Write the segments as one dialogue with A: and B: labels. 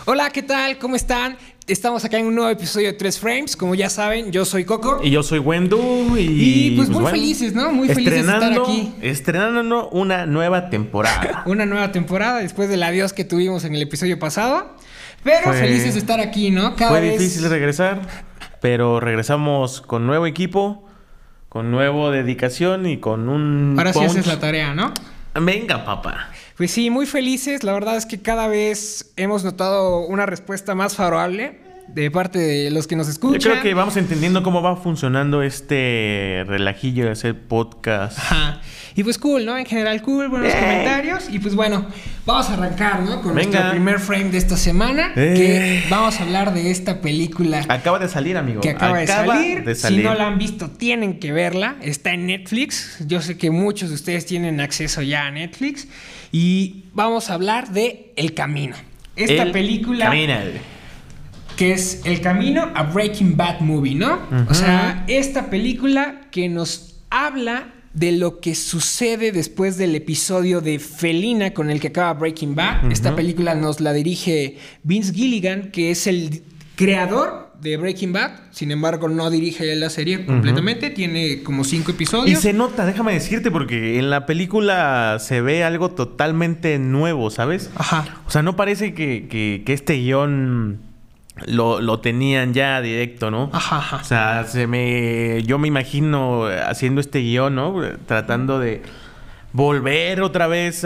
A: Hola, ¿qué tal? ¿Cómo están? Estamos acá en un nuevo episodio de 3 Frames. Como ya saben, yo soy Coco.
B: Y yo soy Wendu.
A: Y pues muy felices, ¿no? Muy felices de estar aquí.
B: Estrenando una nueva temporada.
A: Una nueva temporada después del adiós que tuvimos en el episodio pasado. Pero felices de estar aquí, ¿no?
B: Fue difícil regresar, pero regresamos con nuevo equipo, con nueva dedicación y con un
A: Ahora sí
B: punch.
A: haces la tarea, ¿no?
B: Venga, papá.
A: Pues sí, muy felices. La verdad es que cada vez hemos notado una respuesta más favorable de parte de los que nos escuchan.
B: Yo creo que vamos entendiendo cómo va funcionando este relajillo de hacer podcast.
A: Ajá. Y pues cool, ¿no? En general cool, buenos comentarios. Y pues bueno, vamos a arrancar, ¿no? Con nuestro primer frame de esta semana. Que vamos a hablar de esta película.
B: Acaba de salir, amigo.
A: Que acaba de salir. Si no la han visto, tienen que verla. Está en Netflix. Yo sé que muchos de ustedes tienen acceso ya a Netflix. Y vamos a hablar de El Camino. Esta película...
B: Camino.
A: Que es El Camino a Breaking Bad Movie, ¿no? Uh-huh. O sea, esta película que nos habla de lo que sucede después del episodio de Felina con el que acaba Breaking Bad. Uh-huh. Esta película nos la dirige Vince Gilligan, que es el creador de Breaking Bad. Sin embargo, no dirige la serie completamente. Uh-huh. Tiene como 5 episodios.
B: Y se nota, déjame decirte, porque en la película se ve algo totalmente nuevo, ¿sabes?
A: Ajá.
B: O sea, no parece que este guión... Lo tenían ya directo, ¿no?
A: Ajá.
B: O sea, yo me imagino haciendo este guión, ¿no? Tratando de volver otra vez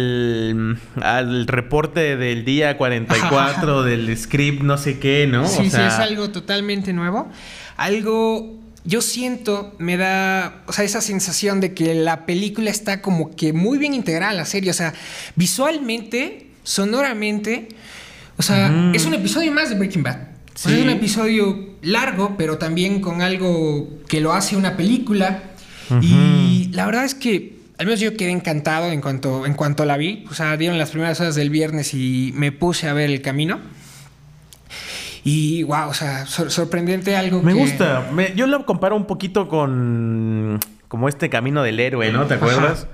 B: al reporte del día 44 del script, no sé qué, ¿no?
A: Sí,
B: o sea...
A: sí, es algo totalmente nuevo. Algo... Yo siento, me da, o sea, esa sensación de que la película está como que muy bien integrada a la serie. O sea, visualmente, sonoramente... O sea, es un episodio más de Breaking Bad. Sí. Es un episodio largo, pero también con algo que lo hace una película. Y la verdad es que, al menos yo quedé encantado en cuanto la vi. O sea, dieron las primeras horas del viernes y me puse a ver El Camino. Y wow, o sea, sorprendente algo
B: me gusta. Yo lo comparo un poquito con... como este camino del héroe, ¿no? ¿Te acuerdas?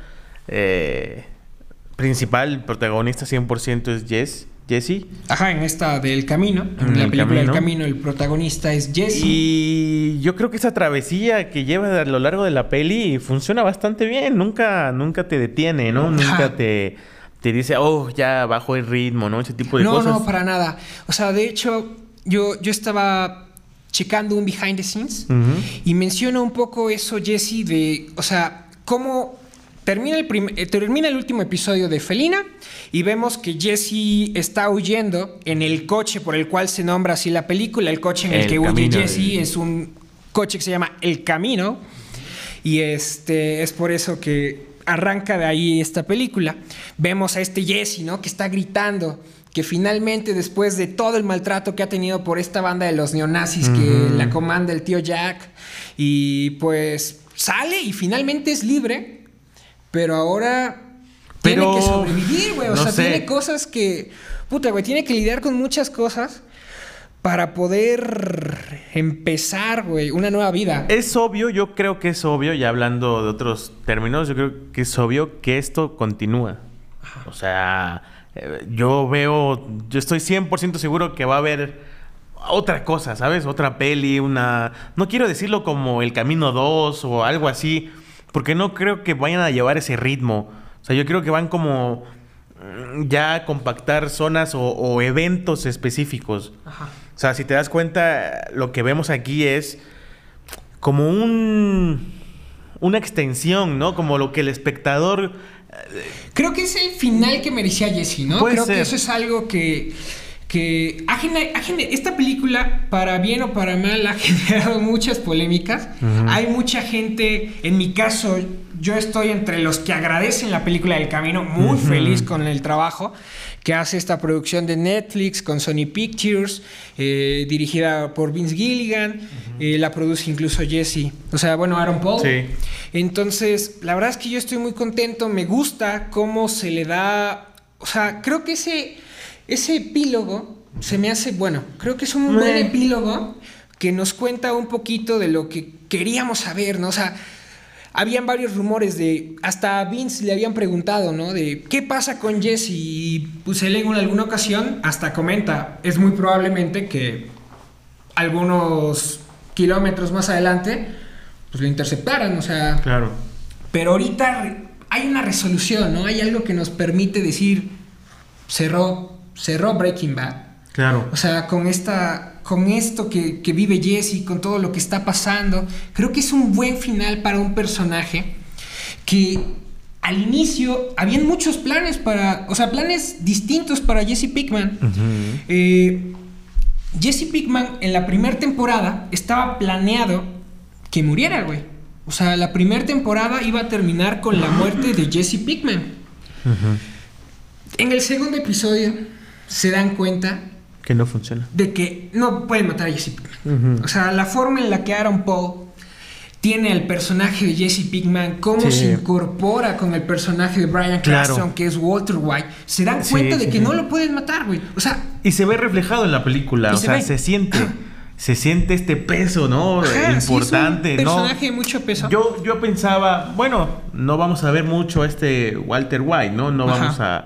B: Principal, protagonista 100% es Jesse.
A: Ajá, en esta del Camino, en la película del Camino, el protagonista es Jesse.
B: Y yo creo que esa travesía que lleva a lo largo de la peli funciona bastante bien. Nunca te detiene, ¿no? Ajá. Nunca te dice, oh, ya bajó el ritmo, ¿no? Ese tipo de cosas.
A: No, para nada. O sea, de hecho, yo estaba checando un behind the scenes y menciona un poco eso, Jesse, de, o sea, cómo... Termina el último episodio de Felina y vemos que Jesse está huyendo en el coche por el cual se nombra así la película. El coche en el que huye Jesse es un coche que se llama El Camino y es por eso que arranca de ahí esta película. Vemos a este Jesse, ¿no? Que está gritando que finalmente, después de todo el maltrato que ha tenido por esta banda de los neonazis que la comanda el tío Jack, y pues sale y finalmente es libre. Pero ahora tiene que sobrevivir, güey. O sea, tiene cosas que... Puta, güey, tiene que lidiar con muchas cosas para poder empezar, güey, una nueva vida.
B: Es obvio, yo creo que es obvio, ya hablando de otros términos, yo creo que es obvio que esto continúa. Ajá. O sea, yo estoy 100% seguro que va a haber otra cosa, ¿sabes? Otra peli, no quiero decirlo como El Camino 2 o algo así... Porque no creo que vayan a llevar ese ritmo. O sea, yo creo que van como ya a compactar zonas o eventos específicos. Ajá. O sea, si te das cuenta, lo que vemos aquí es como una extensión, ¿no? Como lo que el espectador...
A: Creo que es el final que merecía Jesse, ¿no? Creo que eso es algo que esta película, para bien o para mal, ha generado muchas polémicas. Hay mucha gente, en mi caso, yo estoy entre los que agradecen la película del Camino, muy feliz con el trabajo que hace esta producción de Netflix con Sony Pictures, dirigida por Vince Gilligan, la produce incluso Jesse, o sea, bueno, Aaron Paul. Sí. Entonces, la verdad es que yo estoy muy contento, me gusta cómo se le da, o sea, creo que ese epílogo se me hace, bueno, creo que es un buen epílogo que nos cuenta un poquito de lo que queríamos saber, ¿no? O sea, habían varios rumores de... Hasta a Vince le habían preguntado, ¿no? De qué pasa con Jesse. Y pues él en alguna ocasión hasta comenta, es muy probablemente que algunos kilómetros más adelante pues lo interceptaran, o sea...
B: Claro.
A: Pero ahorita hay una resolución, ¿no? Hay algo que nos permite decir, cerró Breaking Bad.
B: Claro.
A: O sea, con esto que vive Jesse, con todo lo que está pasando, creo que es un buen final para un personaje que al inicio habían muchos planes planes distintos para Jesse Pinkman. Jesse Pinkman en la primera temporada estaba planeado que muriera, güey. O sea, la primera temporada iba a terminar con la muerte de Jesse Pinkman. En el segundo episodio se dan cuenta
B: que no funciona,
A: de que no pueden matar a Jesse Pinkman. O sea, la forma en la que Aaron Paul tiene el personaje de Jesse Pinkman, cómo se incorpora con el personaje de Bryan Cranston, que es Walter White, se dan cuenta de que no lo pueden matar, güey. O sea,
B: y se ve reflejado en la película, o sea, se siente este peso, ¿no? Importante,
A: es un personaje de mucho peso.
B: Yo pensaba, bueno, no vamos a ver mucho a este Walter White, ¿no? No vamos a...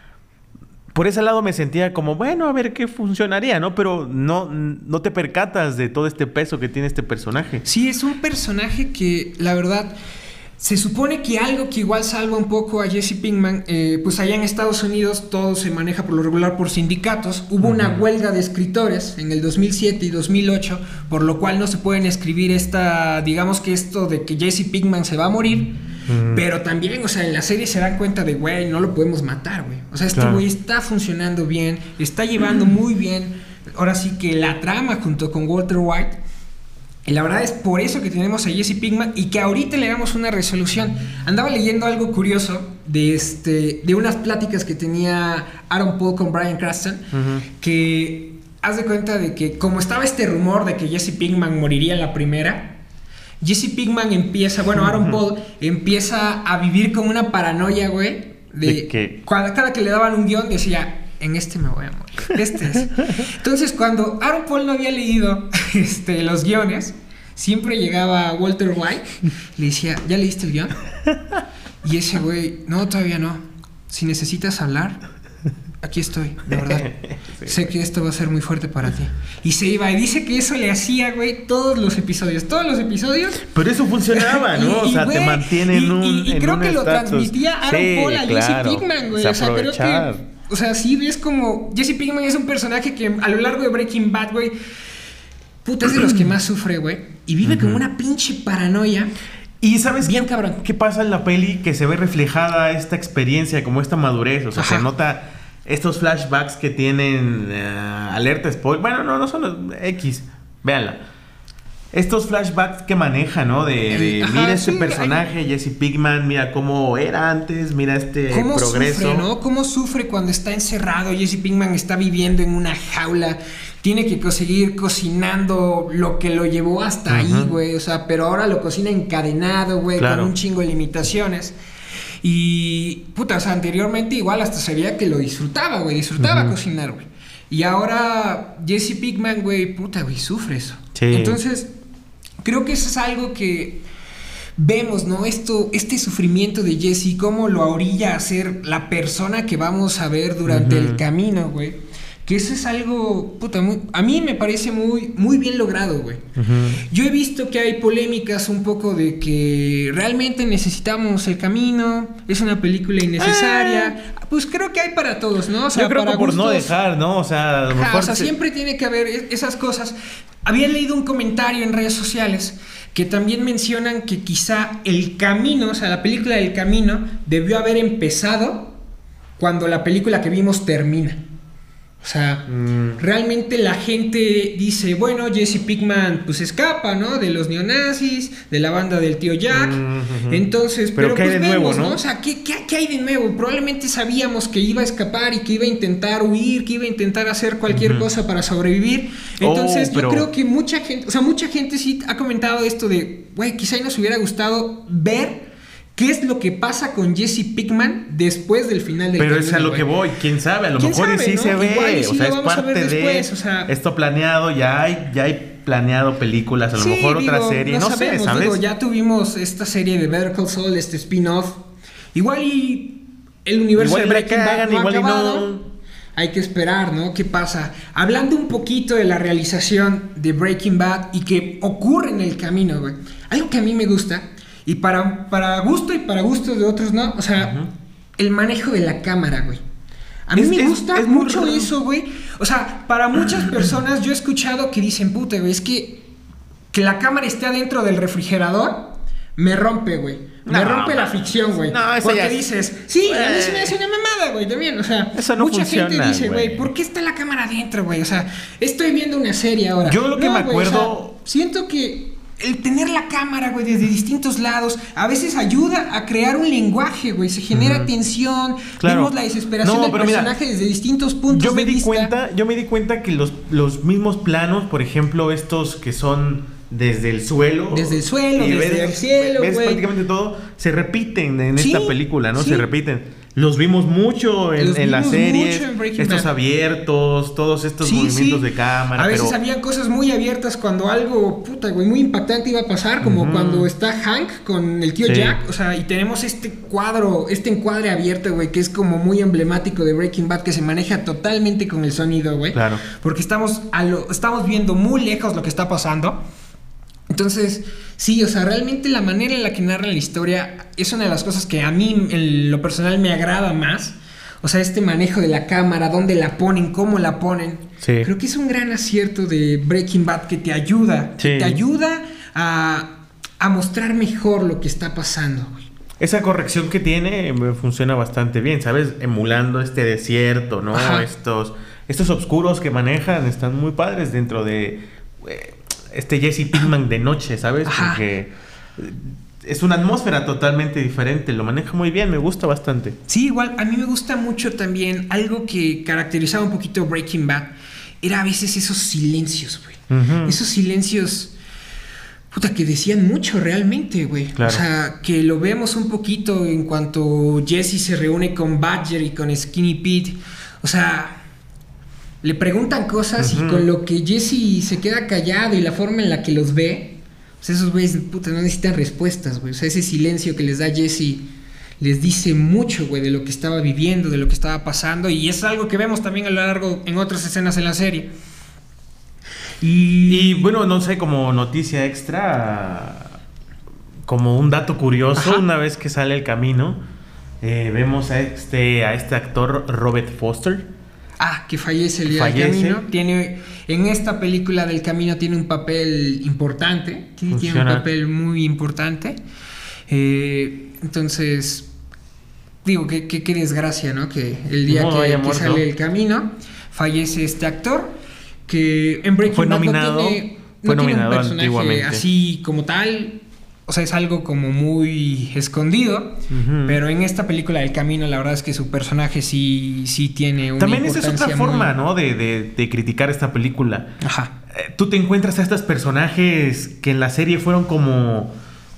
B: Por ese lado me sentía como, bueno, a ver qué funcionaría, ¿no? Pero no te percatas de todo este peso que tiene este personaje.
A: Sí, es un personaje que, la verdad, se supone que algo que igual salva un poco a Jesse Pinkman, pues allá en Estados Unidos todo se maneja por lo regular por sindicatos. Hubo una huelga de escritores en el 2007 y 2008, por lo cual no se pueden escribir digamos que esto de que Jesse Pinkman se va a morir. Pero también, o sea, en la serie se dan cuenta de, güey, no lo podemos matar, güey. O sea, este güey está funcionando bien, está llevando muy bien, ahora sí que la trama junto con Walter White. Y la verdad es por eso que tenemos a Jesse Pinkman y que ahorita le damos una resolución. Andaba leyendo algo curioso de unas pláticas que tenía Aaron Paul con Bryan Cranston, que haz de cuenta de que como estaba este rumor de que Jesse Pinkman moriría en la primera, Jesse Pinkman Aaron Paul empieza a vivir con una paranoia, güey, de que cada que le daban un guión decía, en este me voy a morir, este es. Entonces, cuando Aaron Paul no había leído los guiones, siempre llegaba Walter White, le decía, ¿ya leíste el guión? Y ese güey, no, todavía no. Si necesitas hablar, aquí estoy, de verdad. Sé que esto va a ser muy fuerte para ti. Y se iba, y dice que eso le hacía, güey, todos los episodios.
B: Pero eso funcionaba, ¿no?
A: Y,
B: o sea,
A: güey,
B: te mantiene en un
A: y creo que lo transmitía Aaron Paul a Jesse Pinkman, güey. O sea, creo que... O sea, sí ves como... Jesse Pinkman es un personaje que a lo largo de Breaking Bad, güey... Puta, es de los que más sufre, güey. Y vive con una pinche paranoia...
B: Y ¿sabes
A: bien cabrón?
B: ¿Qué pasa en la peli? Que se ve reflejada esta experiencia, como esta madurez. O sea, se nota... Estos flashbacks que tienen alerta spoiler. Bueno, no son los X. Véanla. Estos flashbacks que maneja, ¿no? Mira este personaje, Jesse Pinkman, mira cómo era antes, mira
A: cómo
B: progreso.
A: Sufre, ¿no? Cómo sufre cuando está encerrado. Jesse Pinkman está viviendo en una jaula. Tiene que seguir cocinando lo que lo llevó hasta ahí, güey. O sea, pero ahora lo cocina encadenado, güey, con un chingo de limitaciones. Y, puta, o sea, anteriormente igual hasta se veía que lo disfrutaba, güey. Disfrutaba cocinar, güey. Y ahora Jesse Pinkman, güey, puta, güey, sufre eso.
B: Sí.
A: Entonces, creo que eso es algo que vemos, ¿no? Este sufrimiento de Jesse, cómo lo orilla a ser la persona que vamos a ver durante el camino, güey. Que eso es algo, puta, a mí me parece muy, muy bien logrado, güey. Yo he visto que hay polémicas un poco de que realmente necesitamos el camino, es una película innecesaria. Pues creo que hay para todos, ¿no? O sea,
B: yo creo
A: para
B: que por
A: gustos,
B: no dejar, ¿no? O sea, a lo mejor
A: siempre tiene que haber esas cosas. Había leído un comentario en redes sociales que también mencionan que quizá el camino, o sea, la película del camino debió haber empezado cuando la película que vimos termina. O sea, realmente la gente dice, bueno, Jesse Pinkman pues escapa, ¿no? De los neonazis, de la banda del tío Jack. Entonces,
B: pero ¿qué hay
A: pues
B: de
A: vemos,
B: nuevo, no?
A: O sea, ¿qué hay de nuevo? Probablemente sabíamos que iba a escapar y que iba a intentar huir, que iba a intentar hacer cualquier cosa para sobrevivir. Entonces, yo creo que mucha gente sí ha comentado esto de, güey, quizá nos hubiera gustado ver ¿qué es lo que pasa con Jesse Pinkman después del final del
B: Pero
A: camino,
B: es a lo que voy, quién sabe, a lo mejor
A: sabe,
B: sí,
A: ¿no?
B: se ve,
A: Igual y sí
B: o sea,
A: lo
B: es
A: vamos a ver
B: parte
A: después,
B: de
A: o sea,
B: esto planeado, ya hay planeado películas, a lo mejor otra serie, no sé, ¿sabes?
A: Digo, ya tuvimos esta serie de Better Call Saul, este spin-off. Igual y el universo de Breaking Bad no ha acabado. Hay que esperar, ¿no? ¿Qué pasa? Hablando un poquito de la realización de Breaking Bad y que ocurre en el camino, güey. Algo que a mí me gusta, y para gusto y para gusto de otros, ¿no? O sea, el manejo de la cámara, güey. A mí me gusta mucho eso, güey. O sea, para muchas personas yo he escuchado que dicen, puta, güey, es que la cámara esté adentro del refrigerador me rompe, güey. Me rompe la ficción, güey. No, eso porque dices, sí, a mí se me hace una mamada, güey, también. O sea,
B: eso no
A: mucha
B: funciona,
A: gente dice, güey, ¿por qué está la cámara adentro, güey? O sea, estoy viendo una serie ahora.
B: Yo lo que me acuerdo...
A: O sea, siento que el tener la cámara, güey, desde distintos lados, a veces ayuda a crear un lenguaje, güey. Se genera tensión, vemos la desesperación del personaje desde distintos puntos de vista.
B: Yo me di cuenta que los mismos planos, por ejemplo, estos que son desde el suelo,
A: desde el cielo,
B: ves prácticamente todo, se repiten en esta película, ¿no? Sí. Se repiten. Los vimos mucho en las series, estos abiertos, todos estos movimientos de cámara.
A: A veces había cosas muy abiertas cuando algo, puta, güey, muy impactante iba a pasar, como cuando está Hank con el tío Jack, o sea, y tenemos este encuadre abierto, güey, que es como muy emblemático de Breaking Bad, que se maneja totalmente con el sonido, güey.
B: Claro.
A: Porque estamos viendo muy lejos lo que está pasando. Entonces, sí, o sea, realmente la manera en la que narran la historia es una de las cosas que a mí, en lo personal, me agrada más. O sea, este manejo de la cámara, dónde la ponen, cómo la ponen. Sí. Creo que es un gran acierto de Breaking Bad que te ayuda. Sí. Te ayuda a mostrar mejor lo que está pasando, güey.
B: Esa corrección que tiene funciona bastante bien, ¿sabes? Emulando este desierto, ¿no? Ajá. Estos oscuros que manejan están muy padres dentro de... este Jesse Pinkman de noche, ¿sabes? Ajá. Porque es una atmósfera totalmente diferente. Lo maneja muy bien, me gusta bastante.
A: Sí, igual, a mí me gusta mucho también algo que caracterizaba un poquito Breaking Bad. Era a veces esos silencios, güey. Esos silencios, puta, que decían mucho realmente, güey. Claro. O sea, que lo vemos un poquito en cuanto Jesse se reúne con Badger y con Skinny Pete. O sea... le preguntan cosas y con lo que Jesse se queda callado y la forma en la que los ve, pues esos güeyes, puta, no necesitan respuestas, güey. O sea, ese silencio que les da Jesse les dice mucho, güey, de lo que estaba viviendo, de lo que estaba pasando. Y es algo que vemos también a lo largo en otras escenas en la serie.
B: Y bueno, no sé, como noticia extra, como un dato curioso, una vez que sale El Camino, vemos a este actor Robert Foster.
A: Que fallece el día del Camino. En esta película del Camino tiene un papel importante. Tiene un papel muy importante. Entonces, digo, qué desgracia, ¿no? Que el día que sale El Camino, fallece este actor. Que en Breaking Bad no tiene un personaje así como tal. O sea, es algo como muy escondido. Pero en esta película del Camino, la verdad es que su personaje sí tiene una
B: también esa es otra forma, ¿no? De criticar esta película. Ajá. Tú te encuentras a estos personajes que en la serie fueron como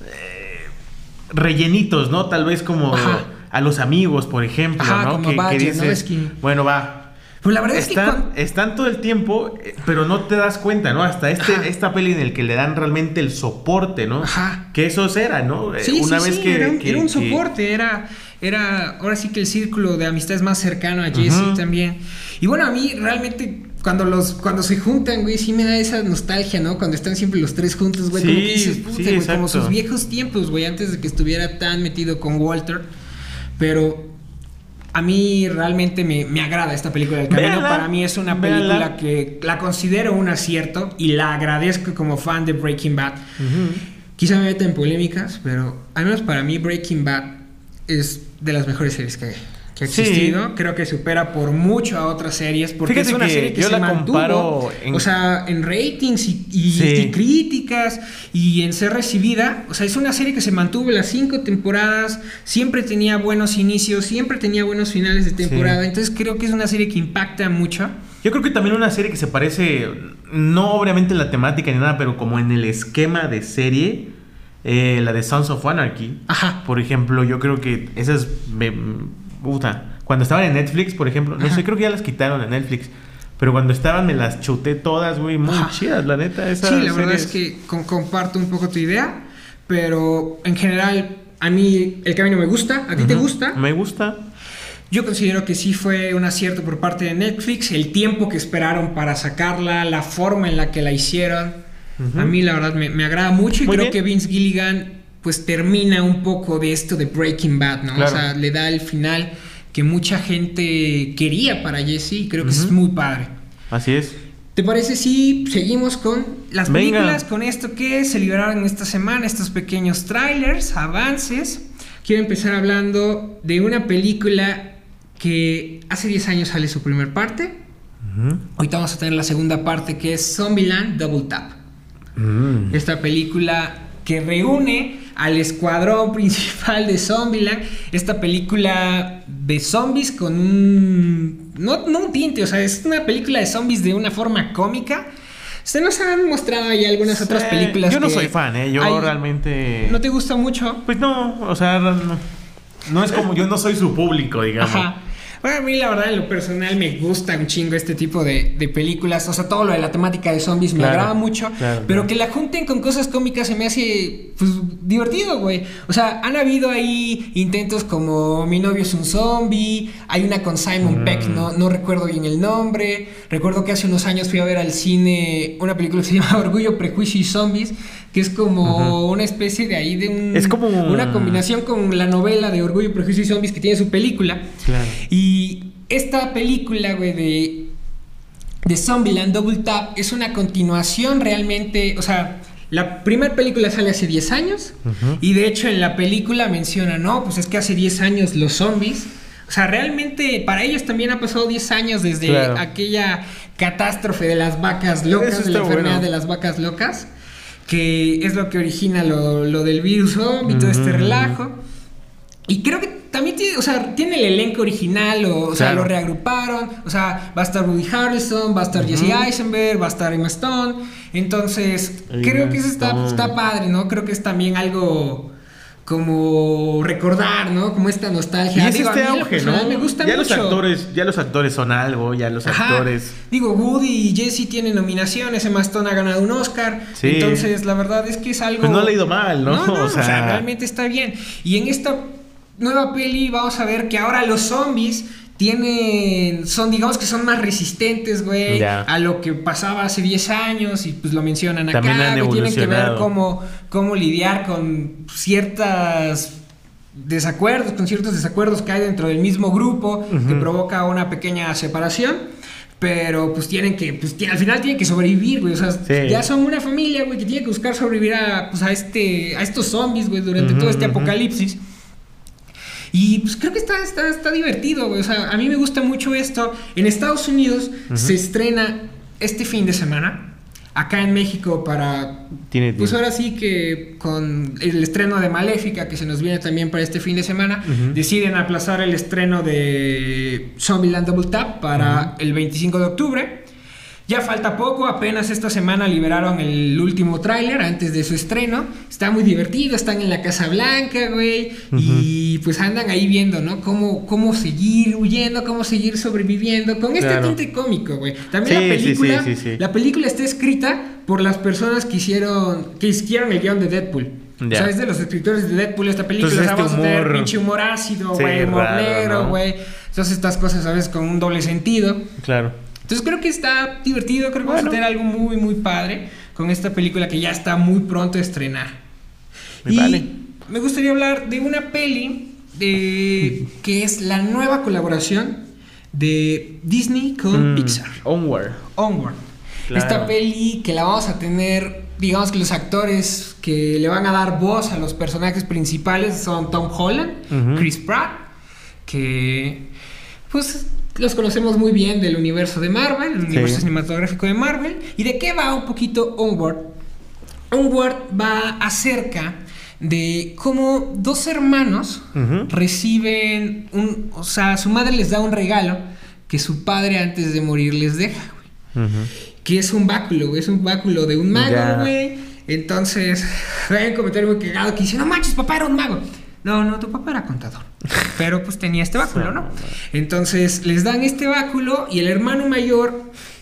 B: rellenitos, ¿no? Tal vez como a los amigos, por ejemplo, ¿no?
A: Como Badger,
B: que dices, ¿no? Bueno, va.
A: Pues la verdad
B: están todo el tiempo, pero no te das cuenta, ¿no? Hasta esta peli en el que le dan realmente el soporte, ¿no? Ajá. Que esos eran, ¿no?
A: Una vez que era un soporte, era ahora sí que el círculo de amistades más cercano a Jesse también. Y bueno, a mí realmente cuando se juntan, güey, sí me da esa nostalgia, ¿no? Cuando están siempre los tres juntos, güey, como que dices, puta, güey, como sus viejos tiempos, güey, antes de que estuviera tan metido con Walter. Pero a mí realmente me agrada esta película del Camino. Para mí es una película que la considero un acierto y la agradezco como fan de Breaking Bad. Quizá me meta en polémicas, pero al menos para mí Breaking Bad es de las mejores series que ha existido. Sí. Creo que supera por mucho a otras series, porque fíjate, es una serie que yo se mantuvo, o sea, en ratings y críticas y en ser recibida. O sea, es una serie que se mantuvo las 5 temporadas, siempre tenía buenos inicios, siempre tenía buenos finales de temporada. Entonces creo que es una serie que impacta mucho.
B: Yo creo que también una serie que se parece, no obviamente en la temática ni nada, pero como en el esquema de serie, la de Sons of Anarchy. Ajá. Por ejemplo, yo creo que esa es... cuando estaban en Netflix, por ejemplo, no sé, creo que ya las quitaron en Netflix, Pero cuando estaban me las chuté todas, güey, muy chidas, la neta.
A: Sí, la verdad es que comparto un poco tu idea, pero en general a mí El Camino me gusta. ¿A ti te gusta?
B: Me gusta.
A: Yo considero que sí fue un acierto por parte de Netflix, el tiempo que esperaron para sacarla, la forma en la que la hicieron. A mí la verdad me agrada mucho y creo que Vince Gilligan pues termina un poco de esto de Breaking Bad, ¿no? Claro. O sea, le da el final que mucha gente quería para Jesse y creo que es muy padre.
B: Así es.
A: ¿Te parece si seguimos con las películas, con esto que se liberaron esta semana, estos pequeños trailers, avances? Quiero empezar hablando de una película que hace 10 años sale su primer parte. Ahorita vamos a tener la segunda parte, que es Zombieland Double Tap. Esta película que reúne al escuadrón principal de Zombieland. Esta película de zombies con un... No un tinte, o sea, es una película de zombies de una forma cómica. Se nos han mostrado ahí algunas otras películas.
B: Yo no soy fan, yo realmente...
A: ¿No te gusta mucho?
B: Pues no, o sea, no es como... Yo no soy su público, digamos.
A: Ajá. Bueno, a mí la verdad en lo personal me gusta un chingo este tipo de películas. O sea, todo lo de la temática de zombies me agrada mucho. Pero que la junten con cosas cómicas se me hace pues divertido, güey. O sea, han habido ahí intentos como Mi novio es un zombie. Hay una con Simon Pegg, no recuerdo bien el nombre. Recuerdo que hace unos años fui a ver al cine una película que se llama Orgullo, Prejuicio y Zombies, que es como una especie de ahí de un...
B: Es como...
A: una combinación con la novela de Orgullo, Prejuicio y Zombies que tiene su película.
B: Claro.
A: Y esta película, güey, de Zombieland Double Tap es una continuación realmente... O sea, la primera película sale hace 10 años y de hecho en la película menciona, no, pues es que hace 10 años los zombies... O sea, realmente para ellos también ha pasado 10 años desde aquella catástrofe de las vacas locas, de la enfermedad de las vacas locas, que es lo que origina lo del virus zombie, todo este relajo. Y creo que también tiene, o sea, tiene el elenco original, o sea, lo reagruparon. O sea, va a estar Woody Harrelson, va a estar Jesse Eisenberg, va a estar Emma Stone. Entonces, creo que eso está padre, ¿no? Creo que es también algo como recordar, ¿no? Como esta nostalgia.
B: Y es este auge, ¿no?
A: Me gusta
B: ya
A: mucho.
B: Los actores son algo, ya los actores...
A: Digo, Woody y Jesse tienen nominaciones, Emma Stone ha ganado un Oscar. Sí. Entonces, la verdad es que es algo...
B: Pues no le ha ido mal, ¿no?
A: O sea, realmente está bien. Y en esta nueva peli vamos a ver que ahora los zombies digamos que son más resistentes, güey, a lo que pasaba hace 10 años y pues lo mencionan acá, que tienen que ver cómo lidiar con ciertos desacuerdos que hay dentro del mismo grupo, que provoca una pequeña separación. Pero pues al final tienen que sobrevivir, güey. O sea, ya son una familia, güey, que tiene que buscar sobrevivir a estos zombies, güey, durante todo este apocalipsis. Y pues creo que está divertido, güey. O sea, a mí me gusta mucho esto. En Estados Unidos se estrena este fin de semana. Acá en México pues ahora sí que con el estreno de Maléfica, que se nos viene también para este fin de semana, deciden aplazar el estreno de Zombieland Double Tap para el 25 de octubre. Ya falta poco, apenas esta semana liberaron el último tráiler antes de su estreno. Está muy divertido, están en la Casa Blanca, güey. Y pues andan ahí viendo, ¿no? Cómo seguir huyendo, cómo seguir sobreviviendo con este tinte cómico, güey. También la película está escrita por las personas que hicieron el guión de Deadpool. O sea, es de los escritores de Deadpool esta película. Entonces, vamos a tener pinche humor ácido, güey, humor negro, güey. Todas estas cosas, ¿sabes? Con un doble sentido.
B: Claro.
A: Entonces creo que está divertido, creo que vamos a tener algo muy, muy padre con esta película que ya está muy pronto a estrenar. Me gustaría hablar de una peli que es la nueva colaboración de Disney con Pixar.
B: Onward.
A: Claro. Esta peli que la vamos a tener, digamos que los actores que le van a dar voz a los personajes principales son Tom Holland, Chris Pratt, que pues... los conocemos muy bien del universo de Marvel, el universo cinematográfico de Marvel. ¿Y de qué va un poquito Onward? Onward va acerca de cómo dos hermanos reciben o sea, su madre les da un regalo que su padre antes de morir les deja, güey. Que es un báculo, güey. Es un báculo de un mago, güey. Entonces, hay un comentario muy cagado que dice, no manches, papá era un mago. No, tu papá era contador. Pero pues tenía este báculo, ¿no? Entonces les dan este báculo y el hermano mayor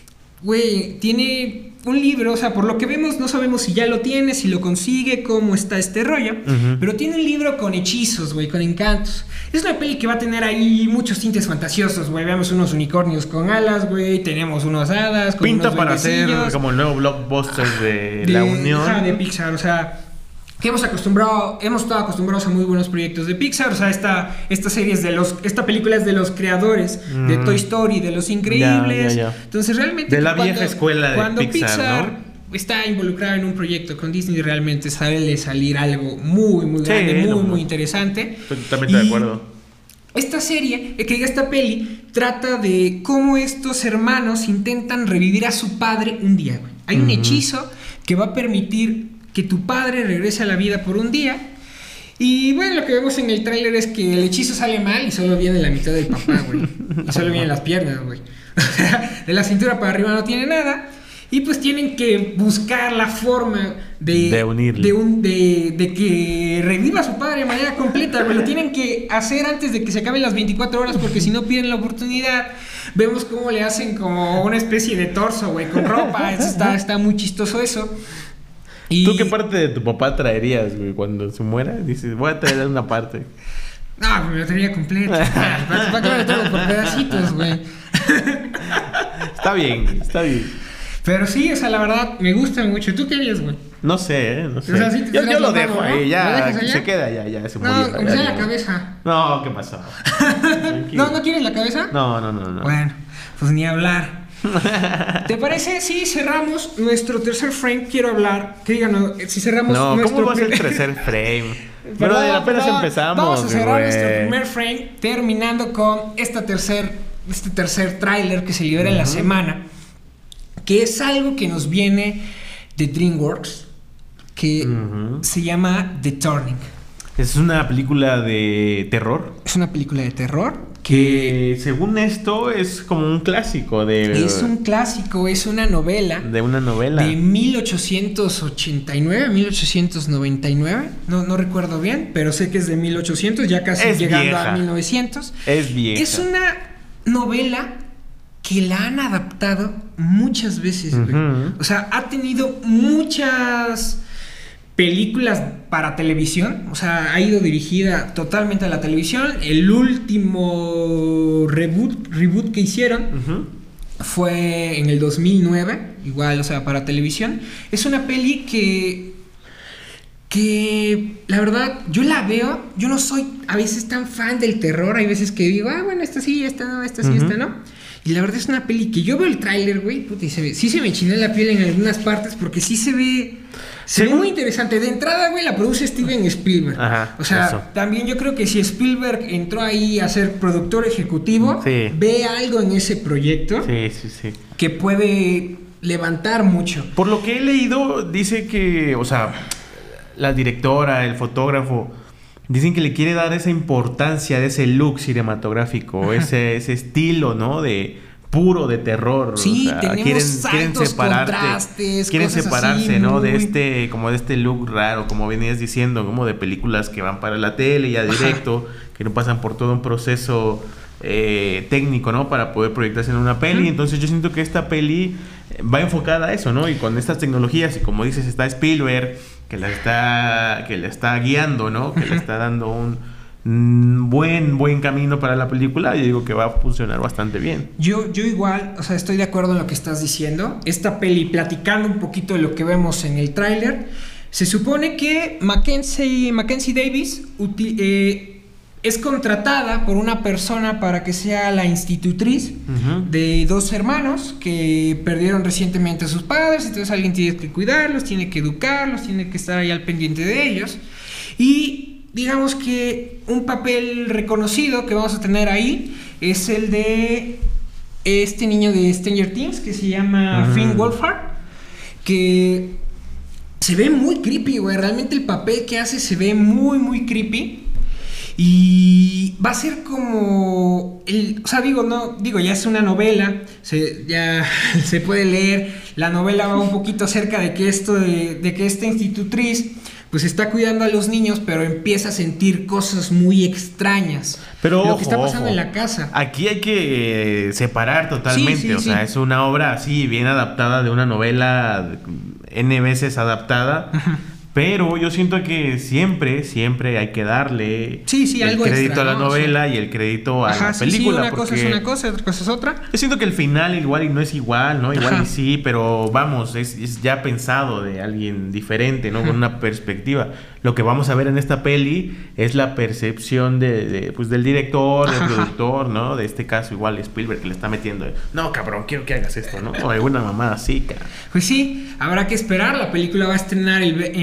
A: güey, tiene un libro, o sea, por lo que vemos no sabemos si ya lo tiene, si lo consigue, cómo está este rollo, pero tiene un libro con hechizos, güey, con encantos. Es una peli que va a tener ahí muchos tintes fantasiosos, güey. Veamos unos unicornios con alas, güey, tenemos unos hadas con
B: pinta
A: unos
B: para hacer
A: duendecillos.
B: como el nuevo blockbuster de la Unión.
A: De Pixar, o sea, que hemos estado acostumbrados a muy buenos proyectos de Pixar, o sea, esta serie es esta película es de los creadores de Toy Story, de Los Increíbles.
B: Ya.
A: Entonces, realmente
B: de la vieja escuela de
A: cuando
B: Pixar, ¿no?
A: Está involucrado en un proyecto con Disney, realmente sale salir algo muy, muy grande, muy interesante.
B: Estoy totalmente de acuerdo.
A: Esta serie, esta peli, trata de cómo estos hermanos intentan revivir a su padre un día, güey. Hay un hechizo que va a permitir que tu padre regrese a la vida por un día. Y bueno, lo que vemos en el tráiler es que el hechizo sale mal y solo viene la mitad del papá, güey. Y solo vienen las piernas, güey. O sea, de la cintura para arriba no tiene nada. Y pues tienen que buscar la forma de
B: unirle.
A: De que reviva a su padre de manera completa, güey. Lo tienen que hacer antes de que se acaben las 24 horas, porque si no pierden la oportunidad. Vemos cómo le hacen como una especie de torso, güey, con ropa. Está muy chistoso eso. Y...
B: ¿Tú qué parte de tu papá traerías, güey? Cuando se muera, dices, voy a traer una parte.
A: No, me lo traería completo. ¿Para qué lo tengo por pedacitos, güey?
B: Está bien.
A: Pero sí, o sea, la verdad, me gusta mucho. ¿Tú qué harías, güey?
B: No sé, no sé.
A: O sea, ¿sí
B: yo lo dejo
A: mano,
B: ahí,
A: ¿no?
B: ya se queda, ya se murió.
A: No, aunque sea la cabeza.
B: No, ¿qué pasó?
A: ¿No quieres la cabeza?
B: No.
A: Bueno, pues ni hablar. ¿Te parece si cerramos nuestro tercer frame? Quiero hablar, que digan, si cerramos nuestro...
B: ¿cómo va a ser el tercer frame? Pero apenas empezamos.
A: Vamos a cerrar nuestro primer frame, terminando con este tercer tráiler que se libera en la semana, que es algo que nos viene de DreamWorks, que se llama The Turning.
B: Es una película de terror.
A: Es una película de terror
B: que según esto es como un clásico de...
A: Es un clásico, es una novela.
B: De una novela.
A: De 1889, 1899. No recuerdo bien, pero sé que es de 1800, ya casi
B: es
A: llegando
B: vieja.
A: a 1900.
B: Es vieja.
A: Es una novela que la han adaptado muchas veces, güey. O sea, ha tenido muchas películas para televisión, o sea, ha ido dirigida totalmente a la televisión. El último reboot que hicieron fue en el 2009, igual, o sea, para televisión. Es una peli que la verdad, yo la veo, yo no soy a veces tan fan del terror, hay veces que digo, bueno, esta sí, esta no, esta sí, esta no. Y la verdad es una peli que yo veo el tráiler, güey, puta, y sí se me chinó la piel en algunas partes porque sí se ve muy interesante. De entrada, güey, la produce Steven Spielberg.
B: Ajá,
A: o sea,
B: eso.
A: También yo creo que si Spielberg entró ahí a ser productor ejecutivo, ve algo en ese proyecto que puede levantar mucho.
B: Por lo que he leído, dice que, o sea, la directora, el fotógrafo, dicen que le quiere dar esa importancia de ese look cinematográfico, ese estilo, ¿no? De puro de terror.
A: Sí,
B: o sea,
A: tenemos altos contrastes,
B: quieren
A: cosas
B: separarse,
A: así,
B: ¿no?
A: muy...
B: De este look raro, como venías diciendo, como de películas que van para la tele ya directo, que no pasan por todo un proceso técnico, ¿no? Para poder proyectarse en una peli. Entonces yo siento que esta peli va enfocada a eso, ¿no? Y con estas tecnologías, y como dices, está Spielberg, que la está guiando, ¿no? Que le está dando un buen camino para la película. Yo digo que va a funcionar bastante bien.
A: Yo igual, o sea, estoy de acuerdo en lo que estás diciendo. Esta peli, platicando un poquito de lo que vemos en el tráiler, se supone que Mackenzie Davis es contratada por una persona para que sea la institutriz de dos hermanos que perdieron recientemente a sus padres. Entonces alguien tiene que cuidarlos, tiene que educarlos, tiene que estar ahí al pendiente de ellos. Y digamos que un papel reconocido que vamos a tener ahí es el de este niño de Stranger Things que se llama Finn Wolfhard, que se ve muy creepy, güey. Realmente el papel que hace se ve muy creepy. Y va a ser como o sea, ya es una novela, ya se puede leer. La novela va un poquito acerca de que esta institutriz pues está cuidando a los niños, pero empieza a sentir cosas muy extrañas.
B: Pero
A: lo que está pasando en la casa.
B: Aquí hay que separar totalmente. O sea, es una obra así, bien adaptada de una novela, N veces adaptada. Ajá. Pero yo siento que siempre hay que darle
A: el
B: algo crédito extra, a la novela y el crédito a la película.
A: Una cosa es una cosa, otra cosa es otra.
B: Yo siento que el final igual y no es igual, ¿no? Igual y sí, pero vamos, es ya pensado de alguien diferente, ¿no? Con una perspectiva. Lo que vamos a ver en esta peli es la percepción pues del director, del productor, ¿no? De este caso igual Spielberg, que le está metiendo, no, cabrón, quiero que hagas esto, ¿no? O alguna mamada así, cabrón.
A: Pues sí, habrá que esperar. La película va a estrenar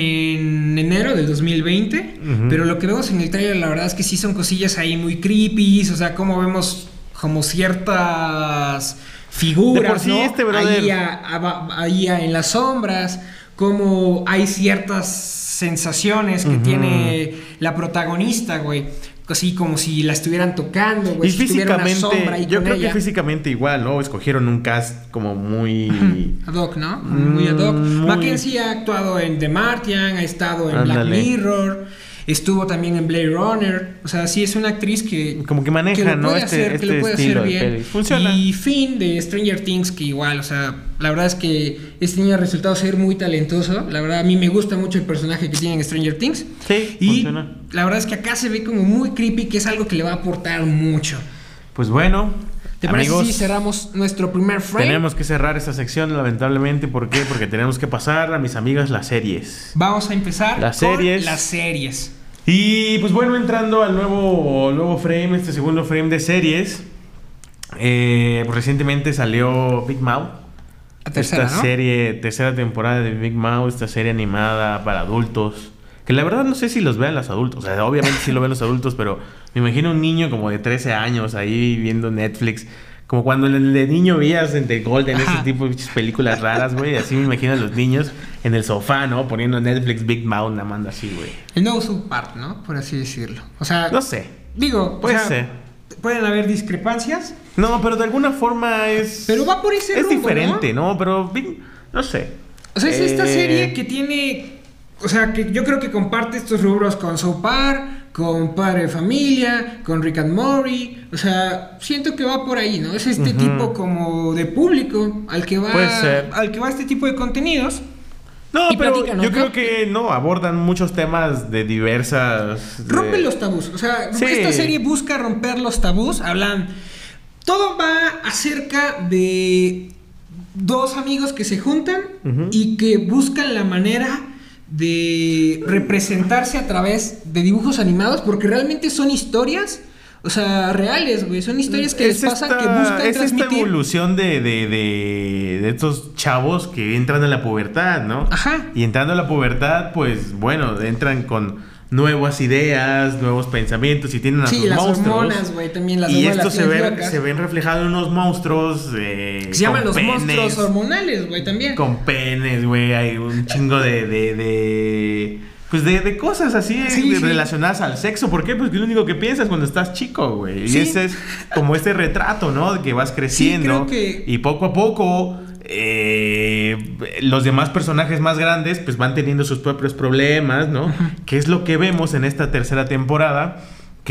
A: en enero del 2020, pero lo que vemos en el trailer, la verdad es que sí son cosillas ahí muy creepy, o sea, como vemos como ciertas figuras,
B: de por sí, ¿no? Este brother...
A: ahí en las sombras, como hay ciertas sensaciones que tiene la protagonista, güey. Así como si la estuvieran tocando, güey.
B: Y si físicamente, una sombra ahí yo creo ella. Que físicamente igual, ¿no? Escogieron un cast como muy...
A: ad hoc, ¿no? Muy ad hoc. Mackenzie ha actuado en The Martian, ha estado en Black Mirror, estuvo también en Blade Runner. O sea, sí es una actriz que...
B: como que maneja, que ¿no?
A: Que lo puede hacer bien.
B: Funciona.
A: Y Finn de Stranger Things, que igual, o sea, la verdad es que este niño ha resultado ser muy talentoso. La verdad, a mí me gusta mucho el personaje que tiene en Stranger Things.
B: Sí,
A: y
B: funciona.
A: La verdad es que acá se ve como muy creepy, que es algo que le va a aportar mucho.
B: Pues bueno,
A: ¿te parece si cerramos nuestro primer frame?
B: Tenemos que cerrar esta sección, lamentablemente. ¿Por qué? Porque tenemos que pasar a mis amigas las series.
A: Vamos a empezar con las series.
B: Y pues bueno, entrando al nuevo frame, este segundo frame de series, pues recientemente salió Big Mouth.
A: Tercera
B: temporada de Big Mouth, esta serie animada para adultos. Que la verdad no sé si los vean los adultos. O sea, obviamente sí lo ven los adultos, pero me imagino un niño como de 13 años ahí viendo Netflix. Como cuando de niño veías en The Golden ese tipo de películas raras, güey. Así me imagino a los niños en el sofá, ¿no? Poniendo Netflix Big Mouth, nada más así, güey.
A: El nuevo South Park, ¿no? Por así decirlo. O sea...
B: no sé.
A: Digo,
B: puede ser.
A: Pueden haber discrepancias.
B: No, pero de alguna forma es...
A: pero va por ese rumbo,
B: es diferente, ¿no? Pero no sé.
A: O sea, es esta serie que tiene... o sea, que yo creo que comparte estos rubros con South Park, con Padre de Familia, con Rick and Morty. O sea, siento que va por ahí, ¿no? Es este tipo como de público al que va este tipo de contenidos.
B: No, pero yo creo que no, abordan muchos temas de diversas...
A: rompen los tabús. O sea, esta serie busca romper los tabús. Todo va acerca de dos amigos que se juntan y que buscan la manera de representarse a través de dibujos animados, porque realmente son historias, o sea, reales, güey. Son historias que les pasan, que buscan transmitir.
B: Es esta evolución de estos chavos que entran a la pubertad, ¿no?
A: Ajá.
B: Y entrando a la pubertad, pues, bueno, entran con nuevas ideas, nuevos pensamientos y tienen a sus monstruos. Sí, las hormonas,
A: güey, también las
B: hormonas. Y esto se ven reflejados en unos monstruos
A: que se llaman los monstruos hormonales, güey, también.
B: Con penes, güey, hay un chingo de cosas así relacionadas al sexo. ¿Por qué? Pues que es lo único que piensas cuando estás chico, güey. Y ese es como este retrato, ¿no? De que vas creciendo. Y poco a poco los demás personajes más grandes pues van teniendo sus propios problemas, ¿no? Que es lo que vemos en esta tercera temporada.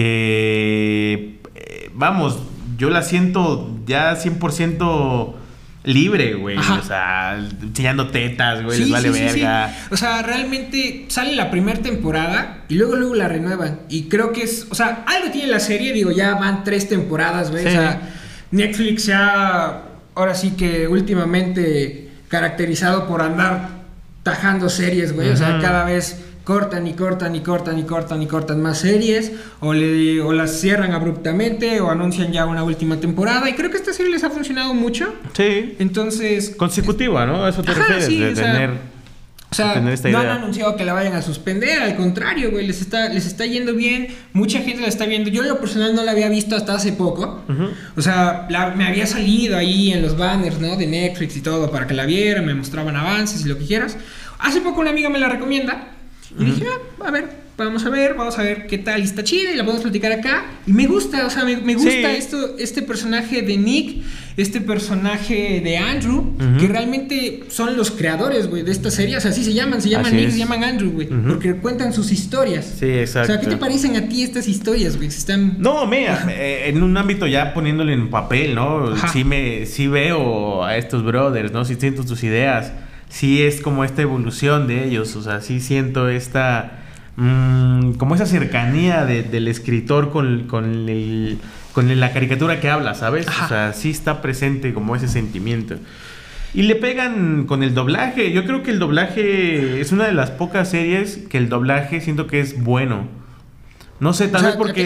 B: Que, vamos, yo la siento ya 100% libre, güey. O sea, enseñando tetas, güey, les vale verga.
A: O sea, realmente sale la primera temporada y luego la renuevan. Y creo que es, o sea, algo tiene la serie, digo, ya van 3 temporadas, güey. O sea, Netflix ya, ahora sí que últimamente caracterizado por andar tajando series, güey. O sea, cada vez cortan más series, o las cierran abruptamente, o anuncian ya una última temporada. Y creo que esta serie les ha funcionado mucho.
B: Sí.
A: Entonces...
B: consecutiva, ¿no? ¿A eso te refieres?
A: Sí,
B: de tener esta
A: no
B: idea.
A: han anunciado que la vayan a suspender, al contrario, güey, les está yendo bien, mucha gente la está viendo. Yo en lo personal no la había visto hasta hace poco. O sea, me había salido ahí en los banners, ¿no? De Netflix y todo para que la vieran, me mostraban avances y lo que quieras. Hace poco una amiga me la recomienda Y dije, a ver, vamos a ver qué tal. Y está chida y la podemos platicar acá. Y me gusta, o sea, me gusta este personaje de Nick, este personaje de Andrew, que realmente son los creadores, güey, de esta serie. O sea, así se llaman Nick, se llaman Andrew, güey, porque cuentan sus historias.
B: Sí, exacto.
A: O sea, ¿qué te parecen a ti estas historias, güey?
B: No, mira, en un ámbito ya poniéndole en papel, ¿no? Sí veo a estos brothers, ¿no? Sí siento sus ideas. Sí es como esta evolución de ellos. O sea, sí siento esta... como esa cercanía del escritor con la caricatura que habla, ¿sabes? O sea, sí está presente como ese sentimiento. Y le pegan con el doblaje. Yo creo que el doblaje es una de las pocas series que el doblaje siento que es bueno. No sé, tal vez porque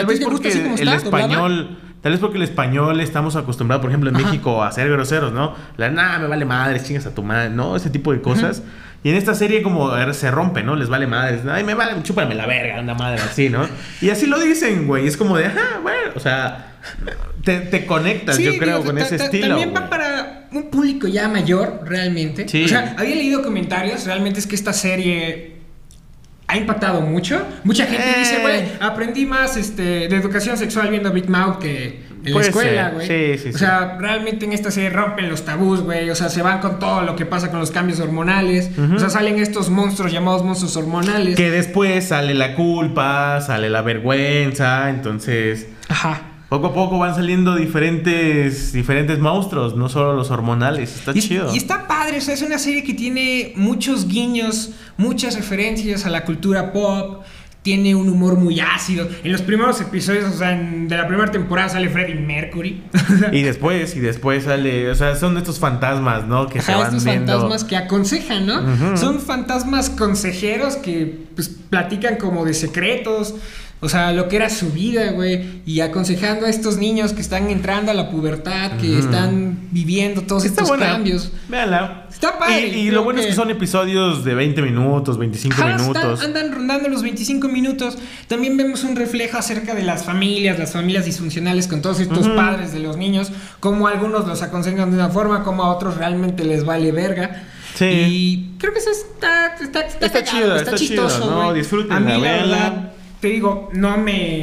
B: el español... Tal vez porque el español estamos acostumbrados, por ejemplo, en México a ser groseros, ¿no? Me vale madre, chingas a tu madre, ¿no? Ese tipo de cosas. Y en esta serie como se rompe, ¿no? Les vale madre. Ay, me vale, chúpame la verga, una madre así, ¿no? Y así lo dicen, güey. Es como de, bueno, o sea, te conectas, yo creo, con ese estilo.
A: También va para un público ya mayor, realmente. Sí. O sea, había leído comentarios, realmente es que esta serie... ha impactado mucho. Mucha gente dice, güey, aprendí más de educación sexual viendo Big Mouth que en la escuela, güey. Sí. O sea, realmente en esta serie rompen los tabús, güey. O sea, se van con todo lo que pasa con los cambios hormonales. O sea, salen estos monstruos llamados monstruos hormonales.
B: Que después sale la culpa, sale la vergüenza. Entonces... poco a poco van saliendo diferentes monstruos, no solo los hormonales. Está chido.
A: Y está padre, o sea, es una serie que tiene muchos guiños, muchas referencias a la cultura pop. Tiene un humor muy ácido. En los primeros episodios, o sea, de la primera temporada sale Freddie Mercury.
B: y después sale, o sea, son estos fantasmas, ¿no? Que se van
A: estos
B: viendo.
A: Fantasmas que aconsejan, ¿no? Son fantasmas consejeros que pues platican como de secretos. O sea, lo que era su vida, güey. Y aconsejando a estos niños que están entrando a la pubertad, que están viviendo todos estos cambios.
B: Véanla.
A: Está padre.
B: Y lo bueno es que son episodios de 20 minutos, 25 minutos.
A: Andan rondando los 25 minutos. También vemos un reflejo acerca de las familias disfuncionales con todos estos padres de los niños. Como algunos los aconsejan de una forma, como a otros realmente les vale verga. Sí. Y creo que eso está
B: chido, está chistoso, chido, ¿no? Disfruten,
A: a mí, la verdad, te digo, no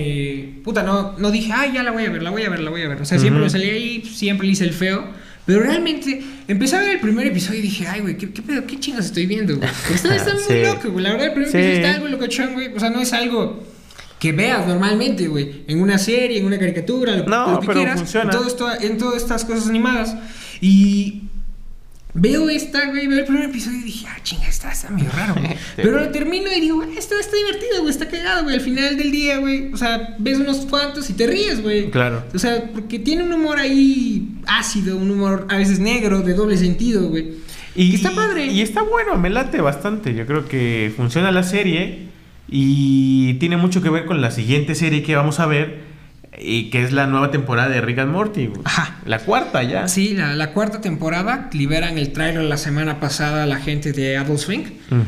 A: dije, ya la voy a ver. O sea, siempre me salí ahí, siempre le hice el feo. Pero realmente, empecé a ver el primer episodio y dije, ay, güey, ¿qué pedo? ¿Qué chingas estoy viendo, güey? Está muy loco, güey. La verdad, el primer episodio está algo locochón, güey. O sea, no es algo que veas normalmente, güey. En una serie, en una caricatura, lo que quieras. Funciona. En todas estas cosas animadas. Y... veo el primer episodio y dije, chinga, está medio raro, güey. Pero lo termino y digo, está divertido, güey, está cagado, güey. Al final del día, güey, o sea, ves unos cuantos y te ríes, güey.
B: Claro.
A: O sea, porque tiene un humor ahí ácido, un humor a veces negro, de doble sentido, güey. Y está padre.
B: Y está bueno, me late bastante. Yo creo que funciona la serie y tiene mucho que ver con la siguiente serie que vamos a ver. Y que es la nueva temporada de Rick and Morty. La cuarta ya.
A: Sí, la cuarta temporada. Liberan el tráiler la semana pasada la gente de Adult Swim.